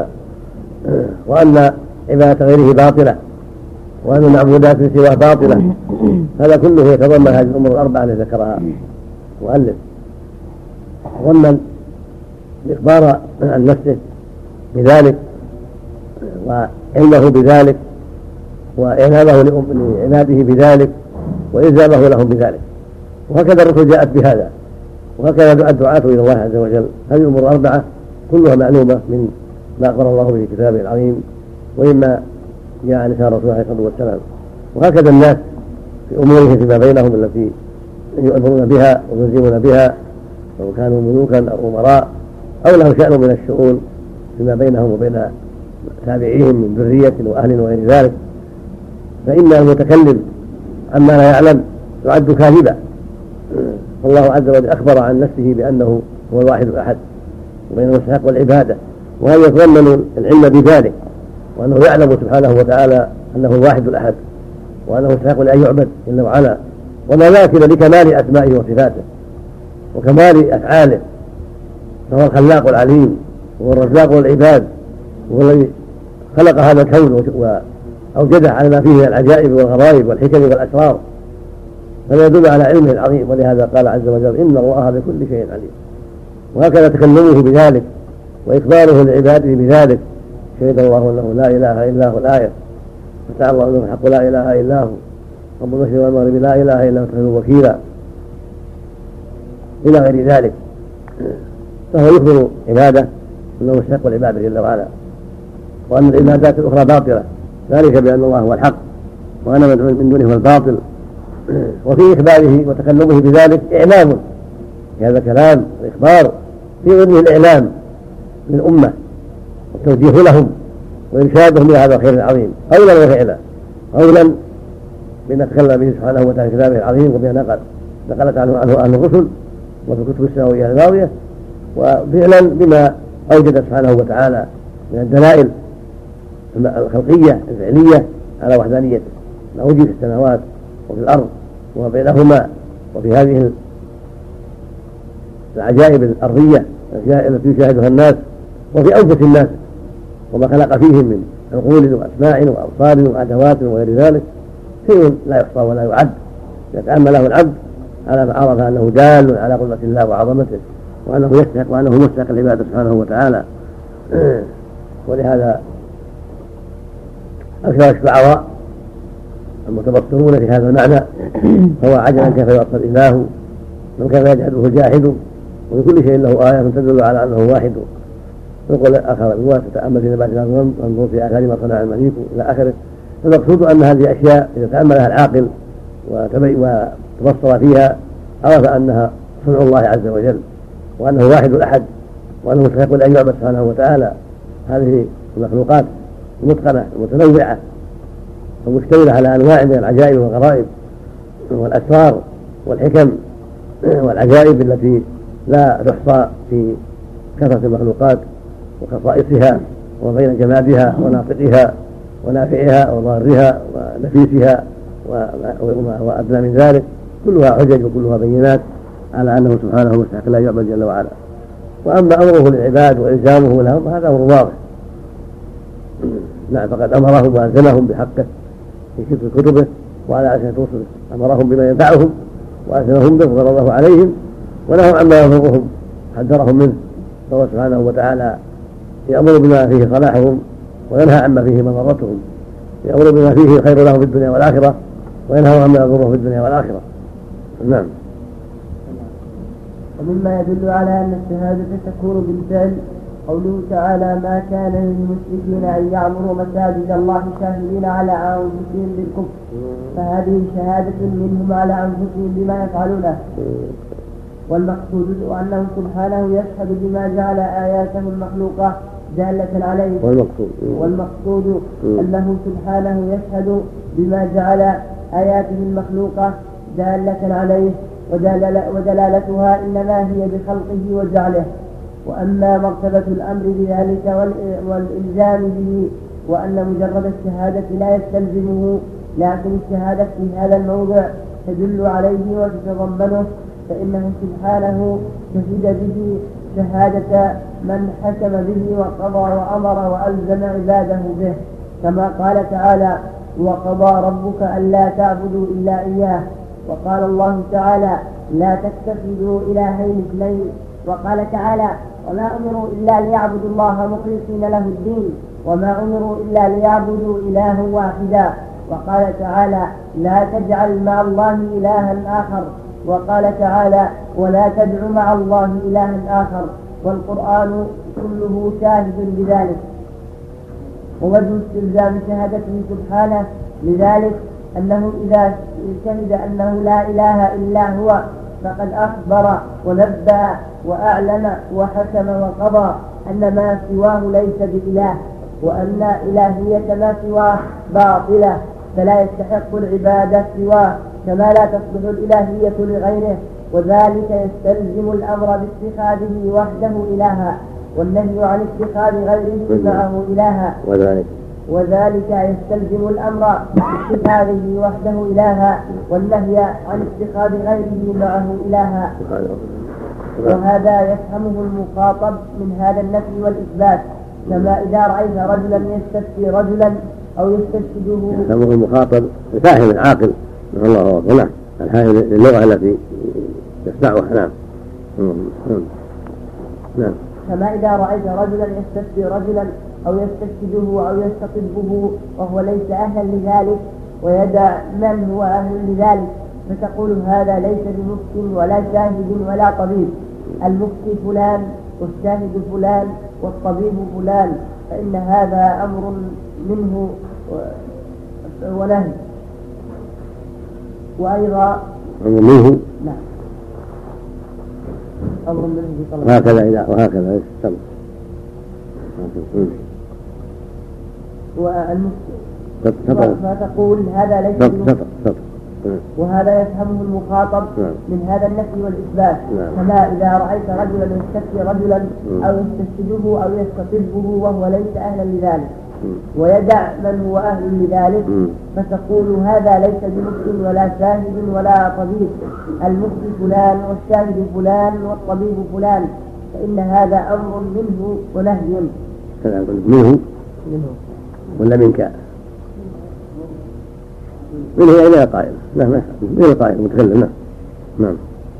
وأن عبادة غيره باطلة، وأن المعبودات من سواه باطلة. هذا كله يتضمن هذه الأمور الأربعة التي ذكرها المؤلف، ضمن الإخبار عن نفسه بذلك وعلمه بذلك وإعلامه لعباده بذلك وإلزامه لهم بذلك. وهكذا الرسل جاءت بهذا، وهكذا الدعاة إلى الله عز وجل. هذه الأمور الأربعة كلها معلومة من ما أخبر الله به كتابه العظيم وإما جاء عن لسان الرسول عليه الصلاة والسلام. وهكذا الناس في أمورهم فيما بينهم التي يؤمرون بها ويلزمون بها، سواء كانوا ملوكا أو أمراء أو لهم شأن من الشؤون فيما بينهم وبين تابعيهم من ذرية وأهل وغير ذلك، فإن المتكلم عما لا يعلم يعد كاذبا. فالله عز وجل أخبر عن نفسه بأنه هو الواحد الأحد وبينه يستحق العبادة، وهذا يتضمن العلم بذلك، وأنه يعلم سبحانه وتعالى أنه الواحد الأحد وأنه يستحق أن يعبد جل وعلا، وما ذلك لكمال أسمائه وصفاته وكمال أفعاله، فهو الخلاق العليم وهو الرزاق للعباد، وهو الذي خلق هذا الكون وأوجده على ما فيه من العجائب والغرائب والحكم والأسرار، فلا يدل على علمه العظيم. ولهذا قال عز وجل: إن الله بكل شيء عليم. وهكذا تكلمه بذلك وإخباره لعباده بذلك: شهد الله أنه لا إله إلا هو الآية، فتعالى الله أنه الحق لا إله إلا هو، رب المشرق والمغرب لا إله إلا هو اتخذه وكيلا، إلى غير ذلك. فهو يخبر عباده أنه يستحق العبادة جل وعلا، وأن العبادات الأخرى باطلة، ذلك بأن الله هو الحق وأنا من دونه هو الباطل. وفي إخباره وتكلمه بذلك إعلام هذا الكلام، الإخبار في ضمن الإعلام للأمة والتوجيه لهم وإرشادهم إلى هذا الخير العظيم، قولا وفعلا. قولا بما تكلم به سبحانه وتعالى في كتابه العظيم وبما نقلت عنه أهل الرسل وفي الكتب السماوية الماضية، وفعلا بما أوجد سبحانه وتعالى من الدلائل الخلقية الفعلية على وحدانيته، ما وجد في السماوات وفي الأرض وما بينهما، وفي هذه العجائب الأرضية التي يشاهدها الناس، وفي أنفس الناس وما خلق فيهم من عقول وأسماع وأبصار وأدوات وغير ذلك، شيء لا يحصى ولا يعد. يتأمله العبد على ما عرف أنه دال على قدرة الله وعظمته، وأنه يستحق وأنه مستحق العبادة سبحانه وتعالى. ولهذا أكثر الشعراء المتبصرون في هذا المعنى: فهو عجبا كيف يعصى الإله وكيف يجعله الجاحد، وبكل شيء له آية تدل على أنه واحد. يقول آخر الرواة: تتأمل في نبات الأرض وانظر في آثار ما صنع المليك إلى آخره. فالمقصود أن هذه أشياء إذا تأملها العاقل وتبصر فيها عرف أنها صنع الله عز وجل، وأنه واحد الأحد، وأنه مستحق أن يعبد سبحانه وتعالى. هذه المخلوقات المتقنة المتنوعة ومشتملة على أنواع من العجائب والغرائب والأسرار والحكم والعجائب التي لا تحصى في كثرة المخلوقات وخصائصها وبين جمادها وناطقها ونافعها وضارها ونفيسها وأدنى من ذلك، كلها حجج وكلها بينات على أنه سبحانه مستحق لا يعبد جل وعلا. وأما أمره للعباد وإلزامه لهم هذا أمر واضح. نعم، فقد أمرهم وألزمهم بحقه في كتبه وعلى ألسنة رسله، أمرهم بما ينفعهم وألزمهم به وصلى الله عليهم، ونهوا عما يضرهم حذرهم منه، فهو سبحانه وتعالى يأمر بما فيه صلاحهم وينهى عما فيه مضرتهم، يأمر بما فيه خير لهم في الدنيا والآخرة وينهى عما يضرهم في الدنيا والآخرة. نعم. ومما يدل على أن الشهادة تكون بالفعل قوله تعالى: ما كان للمشركين أن يعمروا مساجد الله شاهدين على أنفسهم بالكفر، فهذه شهادة منهم على أنفسهم بما يفعلونه. والمقصود أنه سبحانه يشهد بما جعل آياته المخلوقة دالة عليه. والمقصود أنه سبحانه يشهد بما جعل آياته المخلوقة دالة عليه، ودلالتها إنما هي بخلقه وجعله. وأما مرتبة الأمر بذلك والإلزام به وأن مجرد الشهادة لا يستلزمه، لكن الشهادة في هذا الموضع تدل عليه وتتضمنه، فإنه سبحانه شهد به شهادة من حكم به وقضى وأمر وألزم عباده به، كما قال تعالى: وقضى ربك ألا تعبدوا إلا إياه. وقال الله تعالى: لا تتخذوا إلهين اثنين. وقال تعالى: وما أمروا إلا ليعبدوا الله مخلصين له الدين، وما أمروا إلا ليعبدوا إلها واحدا. وقال تعالى: لا تجعل مع الله إلها آخر. وقال تعالى: ولا تدع مع الله إلها آخر. والقرآن كله شاهد بذلك. ووجه استلزام شهادته سبحانه لذلك أنه إذا شهد أنه لا إله إلا هو فقد أخبر ونبأ وأعلن وحكم وقضى أن ما سواه ليس بإله، وأن إلهية ما سواه باطلة، فلا يستحق العبادة سواه، كما لا تصلح الإلهية لغيره. وذلك يستلزم الأمر باتخاذه وحده إلها، والنهي عن اتخاذ غيره معه إلها. وذلك يستلزم الأمر باتخاذه وحده إلها، والنهي عن اتخاذ غيره معه إلها. وهذا يفهمه المخاطب من هذا النفي والإثبات، كما إذا رأيت رجلا يستفتي رجلا أو يستشهده. يفهمه المخاطب فاهم عاقل، الله أكبر. نعم، الحاجة للغة التي يسمعها. نعم. نعم. كما إذا رأيت رجلا يستفتي رجلا أو يستشهده أو يستطبه وهو ليس أهلا لذلك، ويدع من هو أهل لذلك، فتقول هذا ليس بمفتي ولا شاهد ولا طبيب، المفتي فلان والشاهد فلان والطبيب فلان، فإن هذا أمر منه ونهي. وأيضا أمر منه. نعم، أمر منه بطلب. وهكذا يستمر. فتقول هذا ليس بمفتي، وهذا يفهمه المخاطب من هذا النفي والإثبات. كما إذا رأيت رجلا يستفتي رجلا أو يستشهده أو يستطبه وهو ليس أهلا لذلك، ويدع من هو أهل لذلك، فتقول هذا ليس بمفتي ولا شاهد ولا طبيب، المفتي فلان والشاهد فلان والطبيب فلان، فإن هذا أمر منه ونهي. منه ولا منك؟ منه إلى قائل. نعم، إلى قائل متكلم. نعم.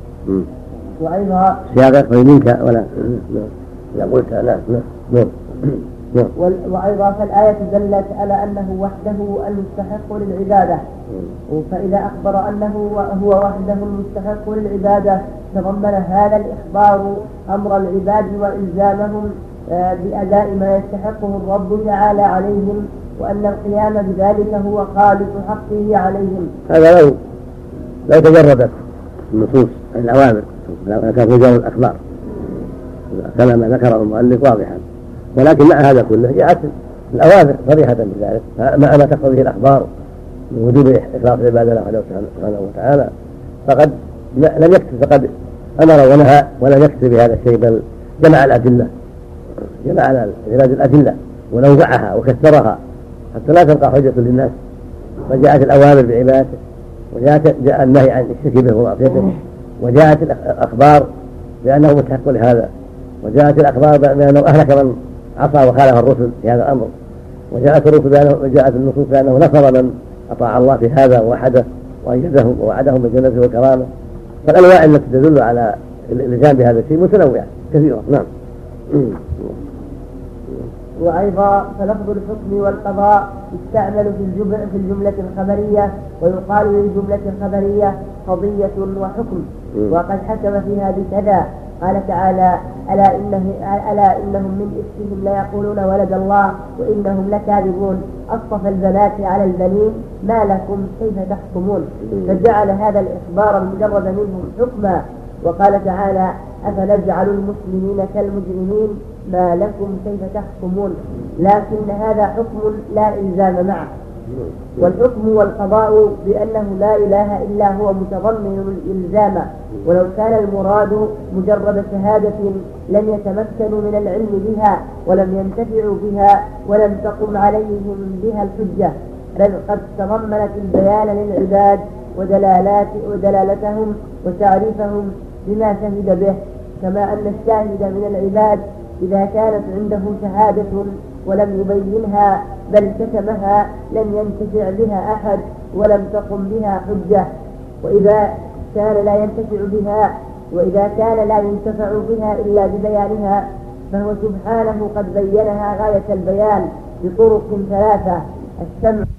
وأيضا سياق منك ولا لا قلت. نعم. وأيضا فالآية دلت على أنه وحده المستحق للعبادة، فإذا أخبر أنه هو وحده المستحق للعبادة تضمن هذا الإخبار أمر العباد وإلزامهم بأداء ما يستحقه الرب تعالى عليهم، وأن القيام بذلك هو خالص حقه عليهم. هذا لو تجردت النصوص الأوامر كان رجال الأخبار كما ما ذكره المؤلف واضحا، ولكن مع هذا كله جاءت الأوامر صريحة بذلك، مع ما تقتضيه الأخبار من وجوب إخلاص العبادة له سبحانه وتعالى، فقد لم يكتب، فقد أمر ونهى ولم يكتب بهذا الشيء، بل جمع الأدلة، جمع على علاج الأدلة ونوزعها وكثرها حتى لا تبقى حجة للناس. فجاءت الأوامر بعبادته، وجاء النهي عن الشرك به ومعصيته، وجاءت الأخبار بأنه مستحق لهذا، وجاءت الأخبار بأنه أهلك من عصى وخالف الرسل في هذا الأمر، وجاءت النصوص بأنه نصر من أطاع الله في هذا ووحده وأنجزهم ووعدهم بالجنة والكرامة. فالأنواع التي تدل على الإلزام بهذا الشيء متنوعة كثيرة. نعم. وأيضا فلفظ الحكم والقضاء يستعمل في الجملة الخبرية، ويقال للجملة الخبرية قضية وحكم. وقد حكم فيها بكذا، قال تعالى: ألا إنهم من إفكهم ليقولون ولد الله وإنهم لكاذبون أصطفى البنات على البنين ما لكم كيف تحكمون. فجعل هذا الإخبار المجرد منهم حكما. وقال تعالى: أفنجعل المسلمين كالمجرمين ما لكم كيف تحكمون. لكن هذا حكم لا إلزام معه. والحكم والقضاء بأنه لا إله إلا هو متضمن الإلزام، ولو كان المراد مجرد شهادة لم يتمكنوا من العلم بها ولم ينتفعوا بها ولم تقم عليهم بها الحجة، بل قد تضمنت البيان للعباد ودلالتهم وتعريفهم بما شهد به، كما أن الشاهد من العباد إذا كانت عنده شهادة ولم يبينها بل كتمها لم ينتفع بها أحد ولم تقم بها حجة. وإذا كان لا ينتفع بها إلا ببيانها، فهو سبحانه قد بينها غاية البيان بطرق ثلاثة: السمع